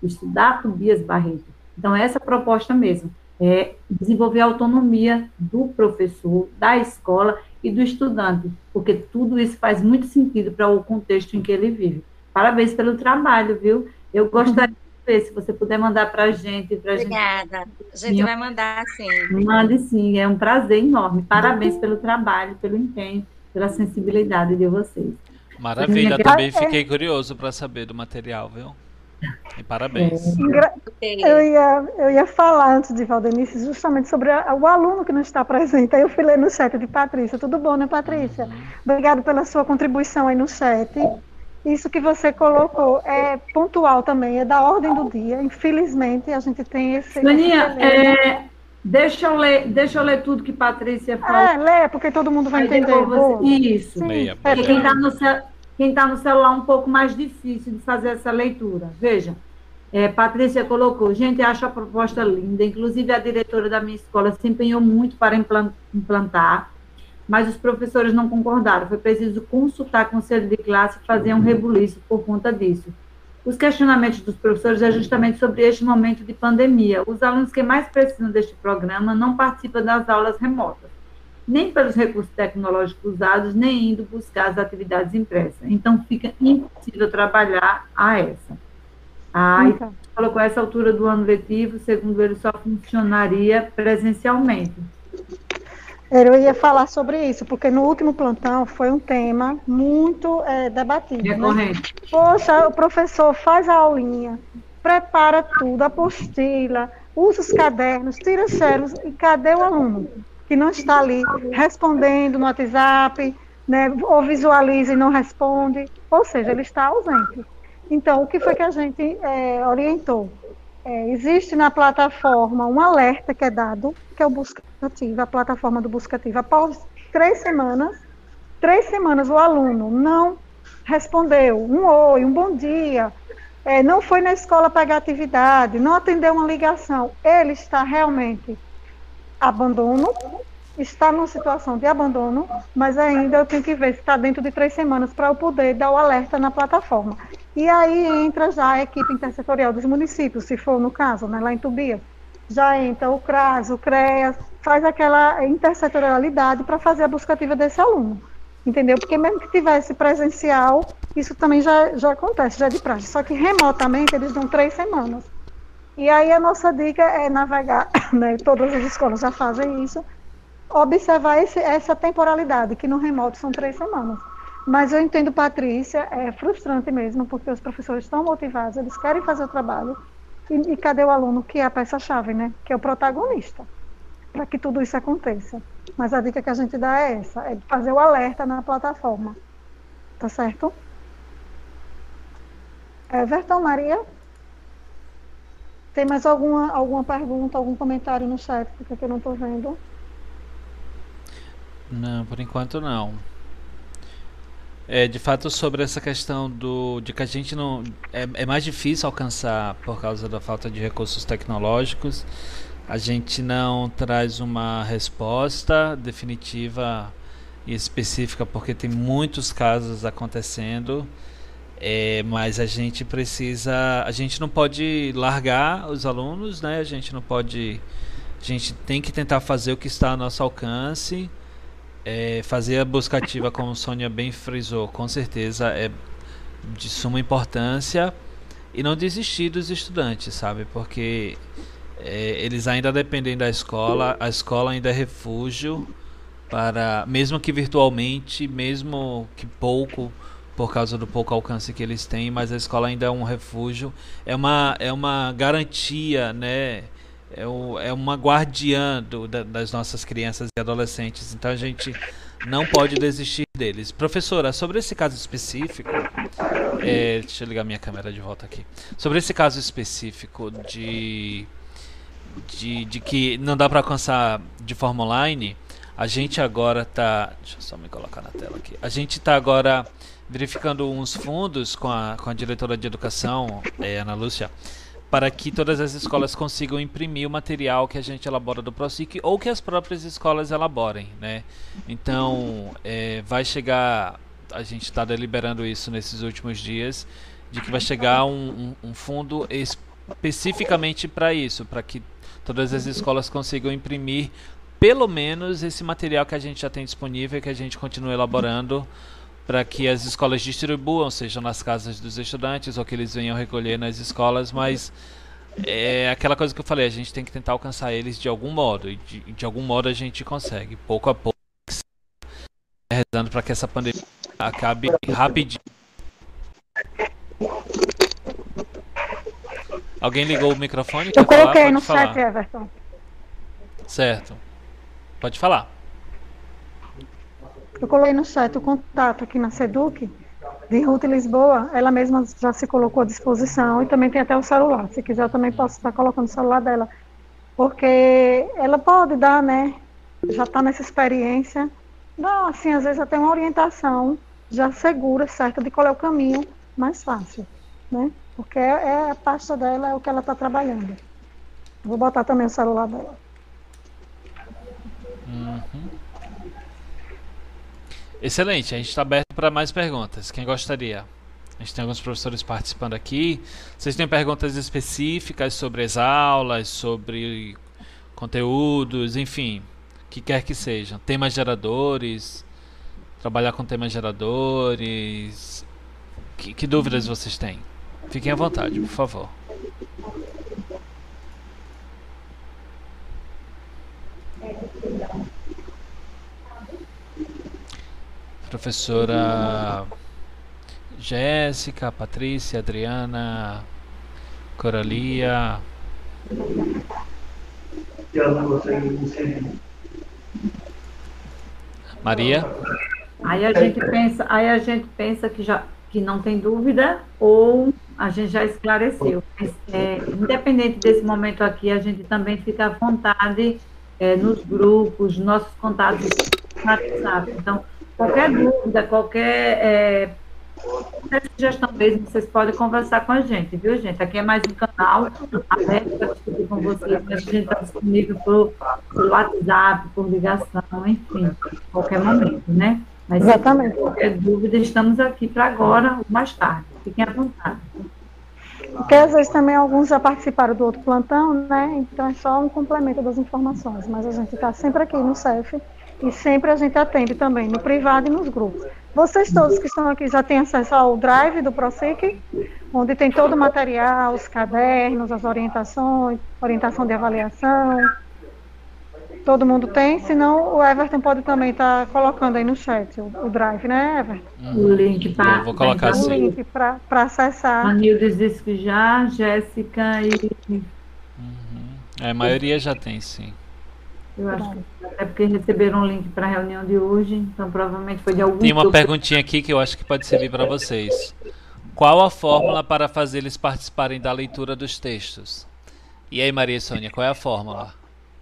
estudar Tobias Barreto. Então, essa proposta mesmo, é desenvolver a autonomia do professor, da escola e do estudante, porque tudo isso faz muito sentido para o contexto em que ele vive. Parabéns pelo trabalho, viu? Eu gostaria de ver, se você puder mandar para a gente. Pra Obrigada. Gente... A gente vai mandar, sim. Mande sim, é um prazer enorme. Parabéns pelo trabalho, pelo empenho, pela sensibilidade de vocês. Maravilha, também fiquei curioso para saber do material, viu? E parabéns. É. Eu, ia, eu ia falar antes de Valdenice justamente sobre a, o aluno que não está presente. Aí eu fui ler no chat de Patrícia. Tudo bom, né, Patrícia? Uhum. Obrigada pela sua contribuição aí no chat. Isso que você colocou é pontual também, é da ordem do dia. Infelizmente, a gente tem esse... Soninha, é, deixa, eu ler, deixa eu ler tudo que Patrícia falou. É, lê, porque todo mundo vai aí entender. Você... Isso. Sim, meia, é, quem está no, quem tá no celular é um pouco mais difícil de fazer essa leitura. Veja, é, Patrícia colocou, gente, acho a proposta linda, inclusive a diretora da minha escola se empenhou muito para implantar, mas os professores não concordaram. Foi preciso consultar com o conselho de classe e fazer um rebuliço por conta disso. Os questionamentos dos professores é justamente sobre este momento de pandemia. Os alunos que mais precisam deste programa não participam das aulas remotas, nem pelos recursos tecnológicos usados, nem indo buscar as atividades impressas. Então, fica impossível trabalhar a essa. Ah, então. E colocou essa altura do ano letivo, segundo ele, só funcionaria presencialmente. Eu ia falar sobre isso, porque no último plantão foi um tema muito é, debatido. Né? Poxa, o professor faz a aulinha, prepara tudo, apostila, usa os cadernos, tira os celos, e cadê o aluno? Que não está ali respondendo no WhatsApp, né, ou visualiza e não responde, ou seja, ele está ausente. Então, o que foi que a gente é, orientou? É, existe na plataforma um alerta que é dado, que é o Buscativo, a plataforma do Buscativo. Após três semanas, três semanas o aluno não respondeu um oi, um bom dia, é, não foi na escola pegar atividade, não atendeu uma ligação, ele está realmente abandono, está numa situação de abandono, mas ainda eu tenho que ver se está dentro de três semanas para eu poder dar o alerta na plataforma. E aí entra já a equipe intersetorial dos municípios, se for no caso, né, lá em Tobias. Já entra o CRAS, o CREAS, faz aquela intersetorialidade para fazer a buscativa desse aluno. Entendeu? Porque mesmo que tivesse presencial, isso também já, já acontece, já é de praxe. Só que remotamente eles dão três semanas. E aí a nossa dica é navegar, né, todas as escolas já fazem isso, observar esse, essa temporalidade, que no remoto são três semanas. Mas eu entendo, Patrícia, é frustrante mesmo, porque os professores estão motivados, eles querem fazer o trabalho, e, e cadê o aluno, que é a peça-chave, né? Que é o protagonista, para que tudo isso aconteça. Mas a dica que a gente dá é essa, é fazer o alerta na plataforma. Tá certo? Everton, Maria? Tem mais alguma, alguma pergunta, algum comentário no chat, porque eu não estou vendo? Não, por enquanto não. É, de fato, sobre essa questão do, de que a gente não... É, é mais difícil alcançar por causa da falta de recursos tecnológicos. A gente não traz uma resposta definitiva e específica, porque tem muitos casos acontecendo. É, mas a gente precisa... A gente não pode largar os alunos, né? A gente não pode... A gente tem que tentar fazer o que está ao nosso alcance. É, fazer a busca ativa, como a Sônia bem frisou, com certeza é de suma importância, e não desistir dos estudantes, sabe? Porque é, eles ainda dependem da escola, a escola ainda é refúgio, para, mesmo que virtualmente, mesmo que pouco, por causa do pouco alcance que eles têm, mas a escola ainda é um refúgio, é uma, é uma garantia, né? É, o, é uma guardiã do, da, das nossas crianças e adolescentes, então a gente não pode desistir deles. Professora, sobre esse caso específico, é, deixa eu ligar minha câmera de volta aqui. Sobre esse caso específico de, de, de que não dá para alcançar de forma online, a gente agora está... Deixa eu só me colocar na tela aqui. A gente está agora verificando uns fundos com a, com a diretora de educação, é, Ana Lúcia, para que todas as escolas consigam imprimir o material que a gente elabora do PROSIC ou que as próprias escolas elaborem, né? Então, é, vai chegar, a gente está deliberando isso nesses últimos dias, de que vai chegar um, um, um fundo es, especificamente para isso, para que todas as escolas consigam imprimir pelo menos esse material que a gente já tem disponível e que a gente continue elaborando para que as escolas distribuam, sejam nas casas dos estudantes ou que eles venham recolher nas escolas, mas é aquela coisa que eu falei, a gente tem que tentar alcançar eles de algum modo, e de, de algum modo a gente consegue, pouco a pouco, rezando para que essa pandemia acabe rapidinho. Alguém ligou o microfone? Eu Quer falar? coloquei Pode no falar. chat, Everton. Certo. Pode falar. Eu coloquei no chat o contato aqui na SEDUC, de Ruth Lisboa, ela mesma já se colocou à disposição e também tem até o celular. Se quiser, eu também posso estar colocando o celular dela. Porque ela pode dar, né? Já está nessa experiência. Dá, assim, às vezes até uma orientação já segura, certa, de qual é o caminho mais fácil, né? Porque é, é a pasta dela, é o que ela está trabalhando. Vou botar também o celular dela. Uhum. Excelente, a gente está aberto para mais perguntas. Quem gostaria? A gente tem alguns professores participando aqui. Vocês têm perguntas específicas sobre as aulas, sobre conteúdos, enfim, o que quer que sejam. Temas geradores, trabalhar com temas geradores. Que, que dúvidas vocês têm? Fiquem à vontade, por favor. Professora Jéssica, Patrícia, Adriana, Coralia. Maria? Aí a gente pensa, aí a gente pensa que, já, que não tem dúvida ou a gente já esclareceu. Mas, é, independente desse momento aqui, a gente também fica à vontade é, nos grupos, nossos contatos no WhatsApp. Então, qualquer dúvida, qualquer, é, qualquer sugestão mesmo, vocês podem conversar com a gente, viu, gente? Aqui é mais um canal aberto para discutir com vocês, mas a gente está disponível por, por WhatsApp, por ligação, enfim, qualquer momento, né? Mas Exatamente. Se qualquer dúvida, estamos aqui para agora ou mais tarde. Fiquem à vontade. Porque às vezes também alguns já participaram do outro plantão, né? Então é só um complemento das informações. Mas a gente está sempre aqui no C E F e sempre a gente atende também no privado e nos grupos. Vocês todos que estão aqui já têm acesso ao Drive do ProSIC, onde tem todo o material, os cadernos, as orientações, orientação de avaliação. Todo mundo tem, senão o Everton pode também estar tá colocando aí no chat o, o Drive, né, Everton? Uhum. O link para... Eu vou colocar assim. O link para acessar. A Nildes disse que já, Jéssica e... Uhum. É, a maioria já tem, sim. Eu acho que é porque receberam um link para a reunião de hoje, então provavelmente foi de algum... Tem uma grupo. Perguntinha aqui que eu acho que pode servir para vocês. Qual a fórmula para fazer eles participarem da leitura dos textos? E aí, Maria e Sônia, qual é a fórmula?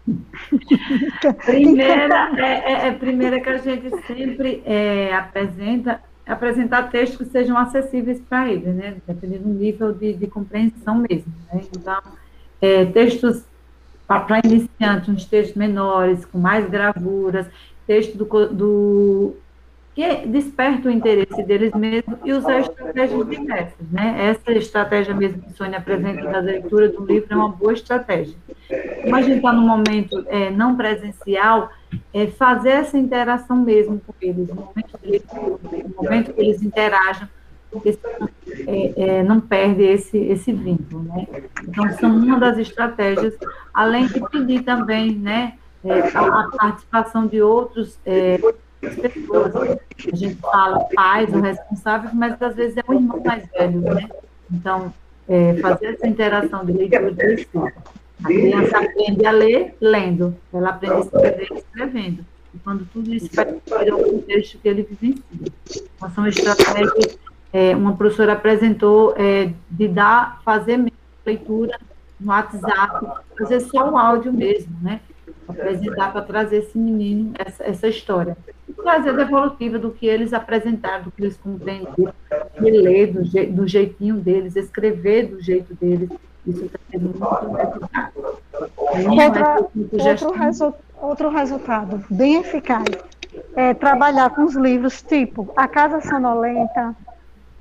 Primeira é, é, é primeira que a gente sempre é, apresenta, apresentar textos que sejam acessíveis para eles, né? Dependendo do nível de, de compreensão mesmo, né? Então, é, textos para iniciantes, uns textos menores, com mais gravuras, texto do, do que desperta o interesse deles mesmos e usar estratégias diversas, né? Essa estratégia mesmo que a Sônia apresenta da leitura do livro é uma boa estratégia. Como a gente está no momento é, não presencial, é fazer essa interação mesmo com eles, no momento, deles, no momento que eles interagem, porque é, é, não perde esse, esse vínculo, né? Então, são uma das estratégias, além de pedir também, né, é, a, a participação de outros é, pessoas. A gente fala pais ou responsáveis, mas às vezes é o irmão mais velho, né? Então, é, fazer essa interação de leitura de escrita. A criança aprende a ler lendo, ela aprende a escrever escrevendo. E quando tudo isso vai para o contexto que ele vivencia. Então, são estratégias, é, uma professora apresentou é, de dar, fazer leitura no WhatsApp, fazer só o áudio mesmo, né? Apresentar para trazer esse menino, essa, essa história. E trazer a devolutiva do que eles apresentaram, do que eles compreenderam, ler do, je, do jeitinho deles, escrever do jeito deles. Isso está sendo muito resultado. Outra, outro, resu, outro resultado bem eficaz é trabalhar com os livros tipo A Casa Sonolenta,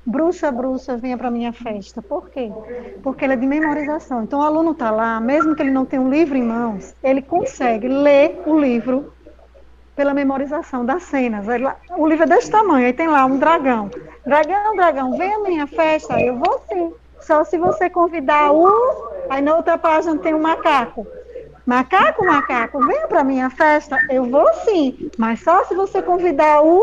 Bruxa, bruxa, venha para minha festa. Por quê? Porque ele é de memorização. Então, o aluno está lá, mesmo que ele não tenha um livro em mãos, ele consegue ler o livro pela memorização das cenas. O livro é desse tamanho, aí tem lá um dragão. Dragão, dragão, vem à minha festa. Eu vou sim. Só se você convidar o... Aí na outra página tem um macaco. Macaco, macaco, venha para minha festa. Eu vou sim, mas só se você convidar o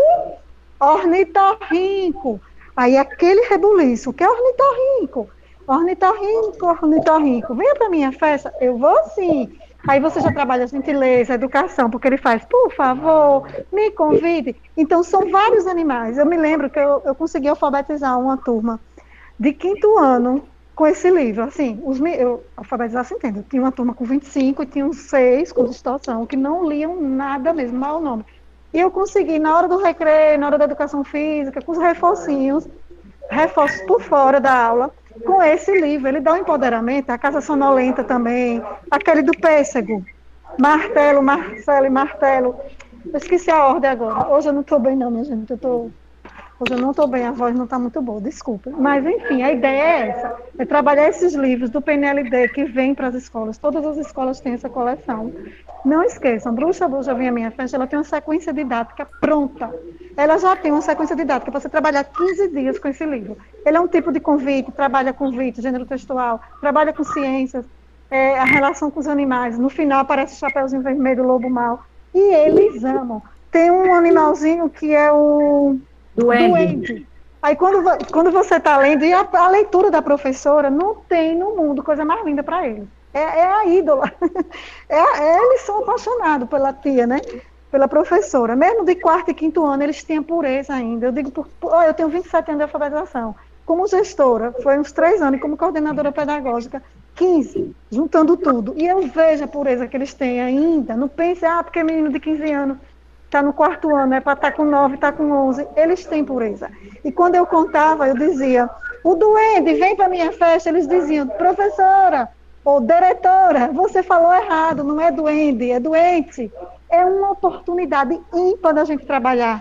ornitorrinco. Aí aquele rebuliço, o que é ornitorrinco? Ornitorrinco, ornitorrinco, venha para minha festa. Eu vou sim. Aí você já trabalha gentileza, educação, porque ele faz, por favor, me convide. Então, são vários animais. Eu me lembro que eu, eu consegui alfabetizar uma turma de quinto ano com esse livro. Assim, os, eu alfabetizar, você entende? Eu tinha uma turma com vinte e cinco e tinha uns seis com distorção, que não liam nada mesmo, mal o nome. E eu consegui, na hora do recreio, na hora da educação física, com os reforcinhos, reforços por fora da aula, com esse livro. Ele dá um empoderamento, a Casa Sonolenta também, aquele do Pêssego, Martelo, Marcelo e Martelo. Eu esqueci a ordem agora. Hoje eu não estou bem não, minha gente. Eu tô... Hoje eu não estou bem, a voz não está muito boa, desculpa. Mas, enfim, a ideia é essa, é trabalhar esses livros do P N L D que vêm para as escolas. Todas as escolas têm essa coleção. Não esqueçam, Bruxa, Bruxa, Vem à Minha Festa, ela tem uma sequência didática pronta. Ela já tem uma sequência didática para você trabalhar quinze dias com esse livro. Ele é um tipo de convite, trabalha convite, gênero textual, trabalha com ciências, é, a relação com os animais. No final aparece o Chapeuzinho Vermelho, o Lobo Mau. E eles amam. Tem um animalzinho que é o... Duende. Duende. Aí quando, quando você está lendo, e a, a leitura da professora, não tem no mundo coisa mais linda para eles. É, é a ídola. É, é, eles são apaixonados pela tia, né? Pela professora. Mesmo de quarto e quinto ano, eles têm a pureza ainda. Eu digo, por, por, eu tenho vinte e sete anos de alfabetização. Como gestora, foi uns três anos, e como coordenadora pedagógica, quinze, juntando tudo. E eu vejo a pureza que eles têm ainda. Não pense, ah, porque é menino de quinze anos está no quarto ano, é para estar com nove, está com onze, eles têm pureza. E quando eu contava, eu dizia, o duende vem para a minha festa, eles diziam, professora, ou diretora, você falou errado, não é duende, é doente. É uma oportunidade ímpar da gente trabalhar,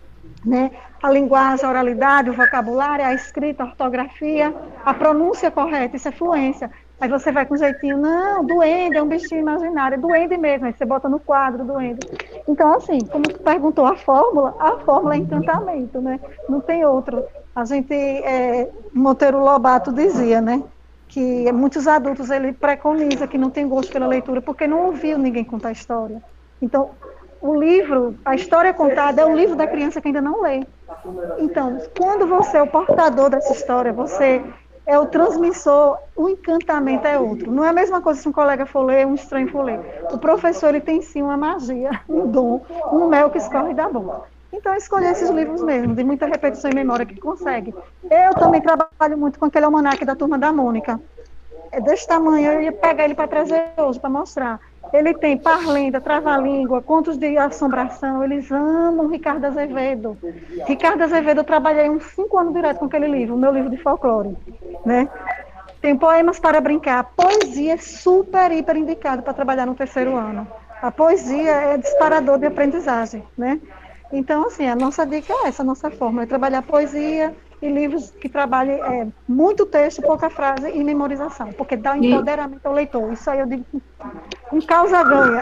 né? A linguagem, a oralidade, o vocabulário, a escrita, a ortografia, a pronúncia correta, isso é fluência. Aí você vai com jeitinho, não, duende é um bichinho imaginário, é duende mesmo, aí você bota no quadro, duende. Então, assim, como tu perguntou a fórmula, a fórmula é encantamento, né? Não tem outro. A gente, é, Monteiro Lobato dizia, né? Que muitos adultos, ele preconiza que não tem gosto pela leitura, porque não ouviu ninguém contar história. Então, o livro, a história contada é o livro da criança que ainda não lê. Então, quando você é o portador dessa história, você... é o transmissor, o encantamento é outro. Não é a mesma coisa se um colega for ler, um estranho for ler. O professor, ele tem sim uma magia, um dom, um mel que escorre da boca. Então, escolher esses livros mesmo, de muita repetição e memória que consegue. Eu também trabalho muito com aquele almanaque da Turma da Mônica. É desse tamanho, eu ia pegar ele para trazer hoje, para mostrar. Ele tem Parlenda, Trava-Língua, Contos de Assombração, eles amam Ricardo Azevedo. Ricardo Azevedo, eu trabalhei uns cinco anos direto com aquele livro, o meu livro de folclore, né? Tem Poemas para Brincar. A poesia é super, hiper indicado para trabalhar no terceiro ano. A poesia é disparador de aprendizagem, né? Então, assim, a nossa dica é essa, a nossa forma, é trabalhar poesia e livros que trabalhem é, muito texto, pouca frase e memorização, porque dá empoderamento ao leitor. Isso aí eu digo com causa ganha.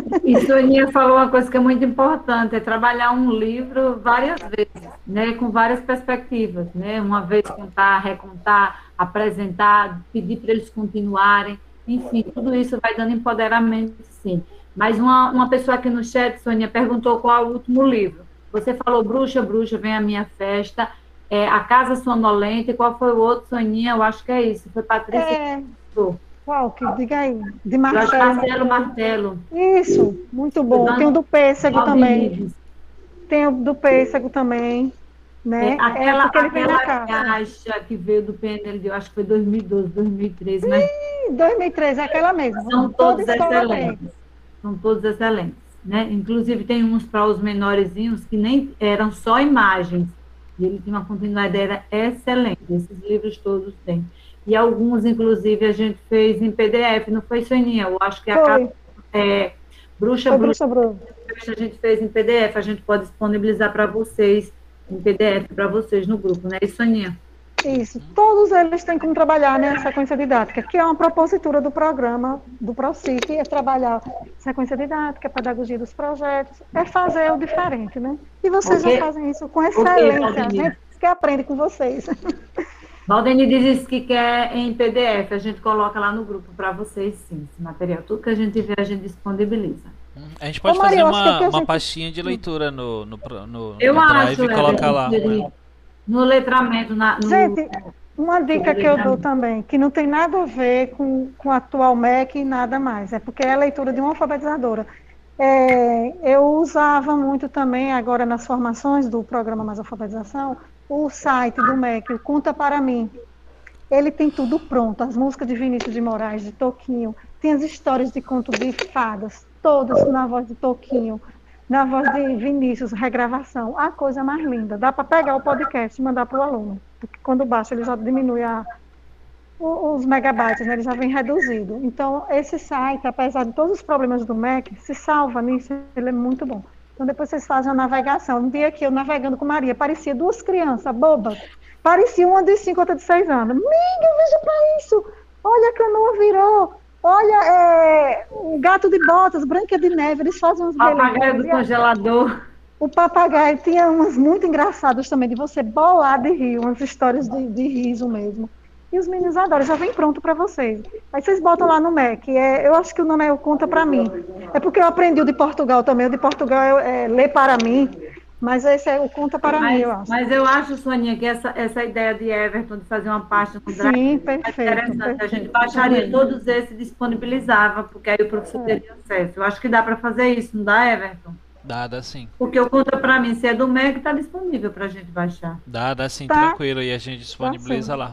E Soninha falou uma coisa que é muito importante, é trabalhar um livro várias vezes, né, com várias perspectivas, né, uma vez contar, recontar, apresentar, pedir para eles continuarem, enfim, tudo isso vai dando empoderamento, sim. Mas uma, uma pessoa aqui no chat, Soninha, perguntou qual é o último livro. Você falou Bruxa, Bruxa, Vem à Minha Festa, é, A Casa Sonolenta, e qual foi o outro, Soninha? Eu acho que é isso, foi Patrícia. É... Qual? Que diga aí. De Martelo. Martelo, Martelo. Isso, muito bom. Tem o do Pêssego também. Livros. Tem o do Pêssego também. Né? É, aquela é aquela caixa que veio do P N L D, eu acho que foi dois mil e doze, dois mil e treze. Mas... Sim, dois mil e treze, é aquela mesma. São todos excelentes. São todos excelentes. Né? Inclusive, tem uns para os menorzinhos que nem eram só imagens. E ele tinha uma continuidade, era excelente. Esses livros todos têm. E alguns, inclusive, a gente fez em P D F, não foi, Soninha? Eu acho que a casa, é, Bruxa, Bruxa, Bruxa, a gente fez em P D F, a gente pode disponibilizar para vocês, em P D F, para vocês no grupo, né? E, Soninha? Isso, todos eles têm como trabalhar na sequência didática, que é uma propositura do programa do PROSIC, é trabalhar sequência didática, pedagogia dos projetos, é fazer o diferente, né? E vocês Ok. já fazem isso com Ok, excelência, a Valdemir. gente que aprende com vocês. Valdemir disse que quer em P D F, a gente coloca lá no grupo para vocês, sim, esse material. Tudo que a gente vê, a gente disponibiliza. A gente pode Ô, Maria, fazer eu acho que uma, o que a uma gente- pastinha de leitura no, no, pro- no, Eu no Drive acho, e colocar Everton, lá. que né? no letramento, na, no, Gente, uma dica que eu dou também, que não tem nada a ver com, com o atual M E C e nada mais, é porque é a leitura de uma alfabetizadora. É, eu usava muito também, agora nas formações do programa Mais Alfabetização, o site do M E C, o Conta Para Mim. Ele tem tudo pronto, as músicas de Vinícius de Moraes, de Toquinho, tem as histórias de conto de fadas, todas na voz de Toquinho, na voz de Vinícius, regravação, a coisa mais linda. Dá para pegar o podcast e mandar para o aluno, porque quando baixa ele já diminui a, o- os megabytes, né, ele já vem reduzido. Então, esse site, apesar de todos os problemas do M E C, se salva nisso, ele é muito bom. Então, depois vocês fazem a navegação. Um dia que eu navegando com Maria, parecia duas crianças bobas, parecia uma de cinco, outra de seis anos. Amiga, veja para isso! Olha a canoa virou! Olha, é, o gato de botas, Branca de Neve, eles fazem uns papagaio do belezas. congelador. O papagaio tinha umas muito engraçadas também, de você bolar de rir, umas histórias de, de riso mesmo. E os meninos adoram, já vem pronto para vocês. Aí vocês botam lá no M E C, é, eu acho que o nome é o Conta Para Mim. É porque eu aprendi o de Portugal também, o de Portugal é, é Lê Para Mim, mas esse é o Conta Para Mas, Mim, eu acho. mas eu acho, Soninha, que essa, essa ideia de Everton de fazer uma pasta no Drive Sim, é perfeito. interessante. A gente perfeito. baixaria todos esses e disponibilizava, porque aí o professor É. teria acesso. Eu acho que dá para fazer isso, não dá, Everton? Dá, dá sim. Porque o Conta Para Mim, se é do M E C, está disponível para a gente baixar. Dá, dá sim, Tá. tranquilo. E a gente disponibiliza lá.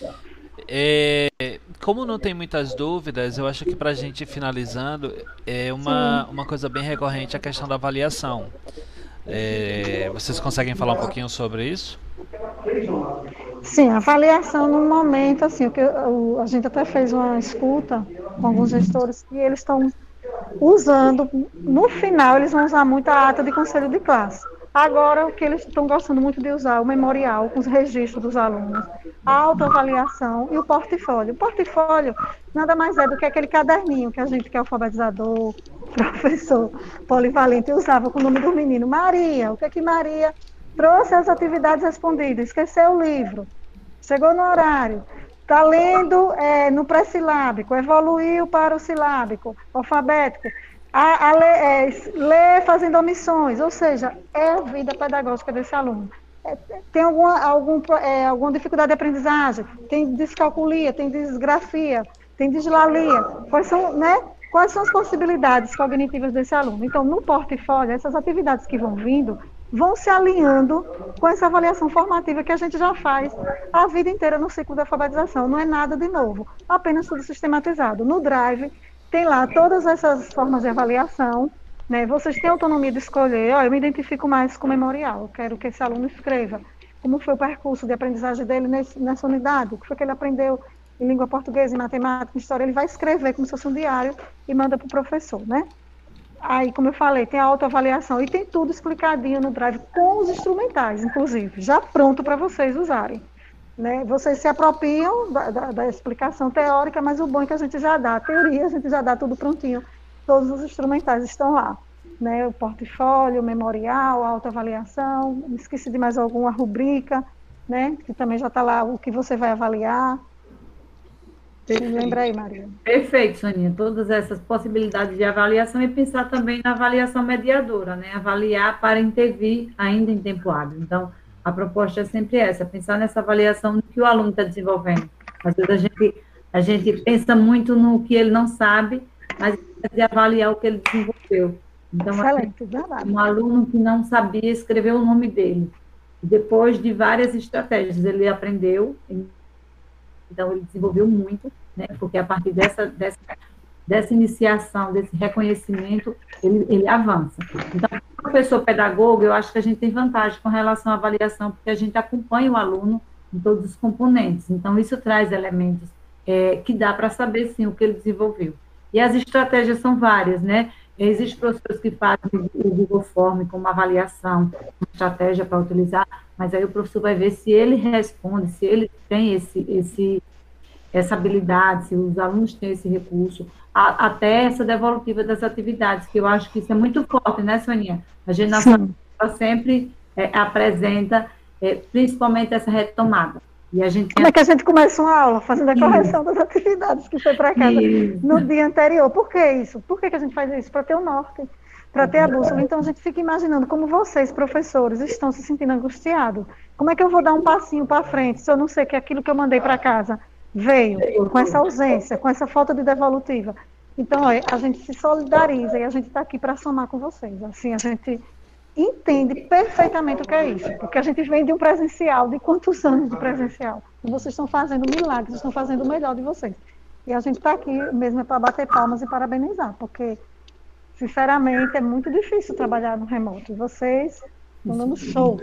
É, como não tem muitas dúvidas, eu acho que para a gente ir finalizando, é uma, uma coisa bem recorrente a questão da avaliação. É, vocês conseguem falar um pouquinho sobre isso? Sim, a avaliação no momento, assim, o que eu- a gente até fez uma escuta com alguns gestores que eles estão usando, no final eles vão usar muito a ata de conselho de classe. Agora, o que eles estão gostando muito de usar, o memorial, com os registros dos alunos, a autoavaliação e o portfólio. O portfólio nada mais é do que aquele caderninho que a gente, que é alfabetizador, professor polivalente, usava com o nome do menino. Maria, o que é que Maria trouxe as atividades respondidas? Esqueceu o livro, chegou no horário, está lendo é, no pré-silábico, evoluiu para o silábico, alfabético, a, a ler, é, ler fazendo omissões, ou seja, é a vida pedagógica desse aluno. É, tem alguma, algum, é, alguma dificuldade de aprendizagem, tem descalculia, tem disgrafia, tem dislalia, quais são, né, quais são as possibilidades cognitivas desse aluno? Então, no portfólio, essas atividades que vão vindo, vão se alinhando com essa avaliação formativa que a gente já faz a vida inteira no ciclo da alfabetização. Não é nada de novo, apenas tudo sistematizado. No Drive, tem lá todas essas formas de avaliação, né? Vocês têm autonomia de escolher, ó, eu me identifico mais com o memorial, eu quero que esse aluno escreva como foi o percurso de aprendizagem dele nesse, nessa unidade, o que foi que ele aprendeu em língua portuguesa, em matemática, em história, ele vai escrever como se fosse um diário e manda para o professor, né? Aí, como eu falei, tem a autoavaliação e tem tudo explicadinho no Drive, com os instrumentais, inclusive, já pronto para vocês usarem. Né? Vocês se apropriam da, da, da explicação teórica, mas o bom é que a gente já dá a teoria, a gente já dá tudo prontinho, todos os instrumentais estão lá. Né? O portfólio, o memorial, a autoavaliação, esqueci de mais alguma rubrica, né? Que também já está lá o que você vai avaliar. Lembra aí, Maria. Perfeito, Soninha. Todas essas possibilidades de avaliação e pensar também na avaliação mediadora, né? Avaliar para intervir ainda em tempo hábil. Então, a proposta é sempre essa, pensar nessa avaliação que o aluno está desenvolvendo. Às vezes a gente, a gente pensa muito no que ele não sabe, mas de avaliar o que ele desenvolveu. Então, Excelente, verdade. Um aluno que não sabia escrever o nome dele. Depois de várias estratégias, ele aprendeu, então ele desenvolveu muito, né? Porque a partir dessa, dessa, dessa iniciação, desse reconhecimento, ele, ele avança. Então, como professor pedagogo, eu acho que a gente tem vantagem com relação à avaliação, porque a gente acompanha o aluno em todos os componentes. Então, isso traz elementos é, que dá para saber, sim, o que ele desenvolveu. E as estratégias são várias, né? Existem professores que fazem o Google Form como avaliação, uma estratégia para utilizar. mas aí o professor vai ver se ele responde, se ele tem esse, esse, essa habilidade, se os alunos têm esse recurso, a, até essa devolutiva das atividades, que eu acho que isso é muito forte, né, Soninha? A gente na sala sempre é, apresenta, é, principalmente essa retomada. E a gente Como é que a gente começa uma aula fazendo a correção isso. das atividades que foi para casa isso. no dia anterior? Por que isso? Por que, que a gente faz isso? Para ter o norte, para ter a bússola. Então a gente fica imaginando como vocês, professores, estão se sentindo angustiados. Como é que eu vou dar um passinho para frente se eu não sei que aquilo que eu mandei para casa veio com essa ausência, com essa falta de devolutiva? Então, ó, a gente se solidariza e a gente está aqui para somar com vocês. Assim, a gente entende perfeitamente o que é isso, porque a gente vem de um presencial, de quantos anos de presencial? E vocês estão fazendo milagres, estão fazendo o melhor de vocês. E a gente está aqui mesmo para bater palmas e parabenizar, porque, sinceramente, é muito difícil trabalhar no remoto. E vocês estão dando show.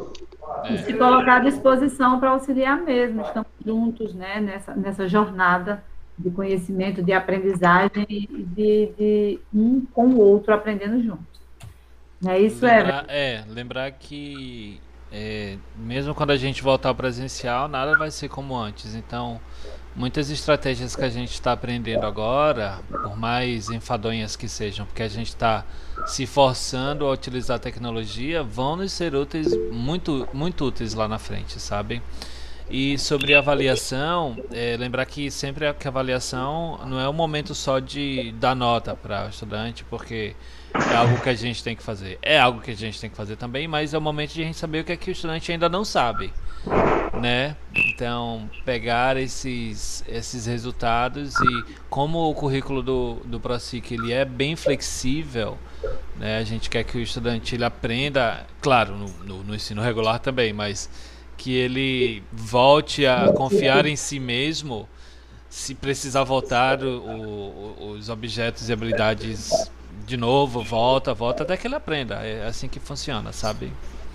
E se colocar à disposição para auxiliar mesmo, estamos juntos, né, nessa, nessa jornada de conhecimento, de aprendizagem e de, de um com o outro aprendendo juntos. É isso, lembrar, é. É, lembrar que é, mesmo quando a gente voltar ao presencial, nada vai ser como antes. Então, muitas estratégias que a gente está aprendendo agora, por mais enfadonhas que sejam, porque a gente está se forçando a utilizar a tecnologia, vão nos ser úteis, muito, muito úteis lá na frente, sabe? E sobre a avaliação, é, lembrar que sempre que a avaliação não é um momento só de dar nota para o estudante, porque é algo que a gente tem que fazer. É algo que a gente tem que fazer também, mas é o momento de a gente saber o que é que o estudante ainda não sabe, né? Então, pegar esses, esses resultados e como o currículo do, do ProSIC, ele é bem flexível, né? A gente quer que o estudante ele aprenda, claro, no, no, no ensino regular também, mas que ele volte a confiar em si mesmo, se precisar voltar o, o, os objetos e habilidades de novo, volta, volta, até que ele aprenda. É assim que funciona, sabe?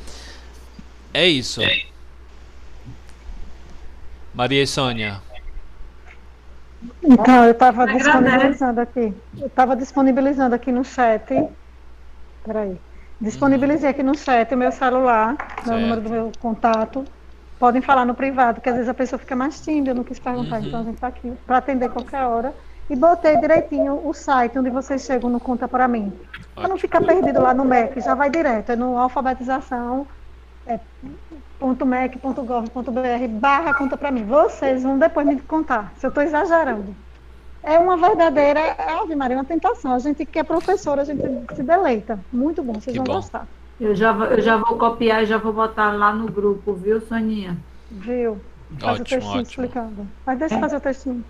É isso. Maria e Sônia. Então, eu estava disponibilizando aqui. Eu estava disponibilizando aqui no chat. Peraí. Disponibilizei aqui no chat o meu celular, né, o número do meu contato. Podem falar no privado, que às vezes a pessoa fica mais tímida, não quis perguntar, uhum. Então a gente está aqui para atender qualquer hora. E botei direitinho o site onde vocês chegam no Conta Para Mim. Para não ficar perdido lá no M E C, já vai direto, é no alfabetização é, ponto mec ponto gov ponto br barra Conta Para Mim. Vocês vão depois me contar se eu estou exagerando. É uma verdadeira, Ave Maria, uma tentação. A gente que é professora, a gente se deleita. Muito bom, vocês que vão bom. gostar. Eu já, vou, eu já vou copiar e já vou botar lá no grupo, viu, Soninha? Viu? Faz Ótimo, o textinho ótimo. explicando. Mas deixa eu fazer o textinho.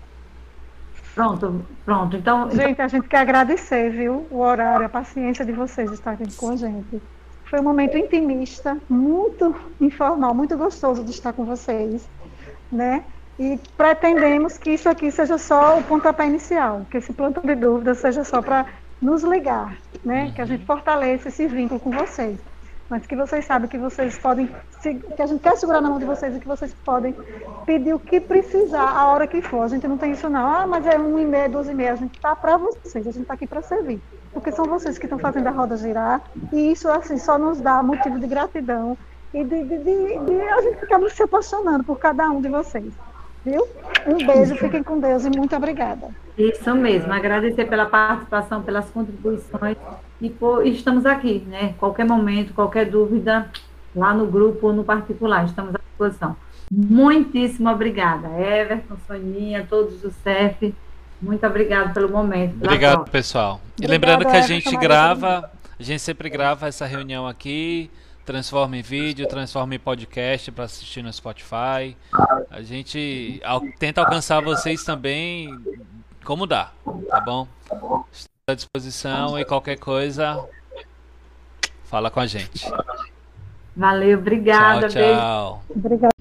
Pronto, pronto. Então, gente, a gente quer agradecer, viu? O horário, a paciência de vocês de estarem aqui com a gente. Foi um momento intimista, muito informal, muito gostoso de estar com vocês, né? E pretendemos que isso aqui seja só o pontapé inicial, que esse plantão de dúvidas seja só para nos ligar, né? Que a gente fortaleça esse vínculo com vocês. Mas que vocês sabem que vocês podem, que a gente quer segurar na mão de vocês e que vocês podem pedir o que precisar, a hora que for. A gente não tem isso não, ah, mas é um e meia, duas e meia, a gente está para vocês, a gente está aqui para servir. Porque são vocês que estão fazendo a roda girar, e isso assim só nos dá motivo de gratidão e de, de, de, de a gente ficar se apaixonando por cada um de vocês. Viu? Um beijo, fiquem com Deus e muito obrigada. Isso mesmo, agradecer pela participação, pelas contribuições e por, estamos aqui, né? Qualquer momento, qualquer dúvida, lá no grupo ou no particular, estamos à disposição. Muitíssimo obrigada, Everton, Soninha, todos do C E F, muito obrigado pelo momento. Obrigado, prova. pessoal. E Obrigada, lembrando que a Everton, gente grava, a gente sempre grava essa reunião aqui, transforma em vídeo, transforma em podcast para assistir no Spotify. A gente al tenta alcançar vocês também como dá, tá bom? Estou à disposição e qualquer coisa, fala com a gente. Valeu, obrigada. Tchau, tchau. Obrigada.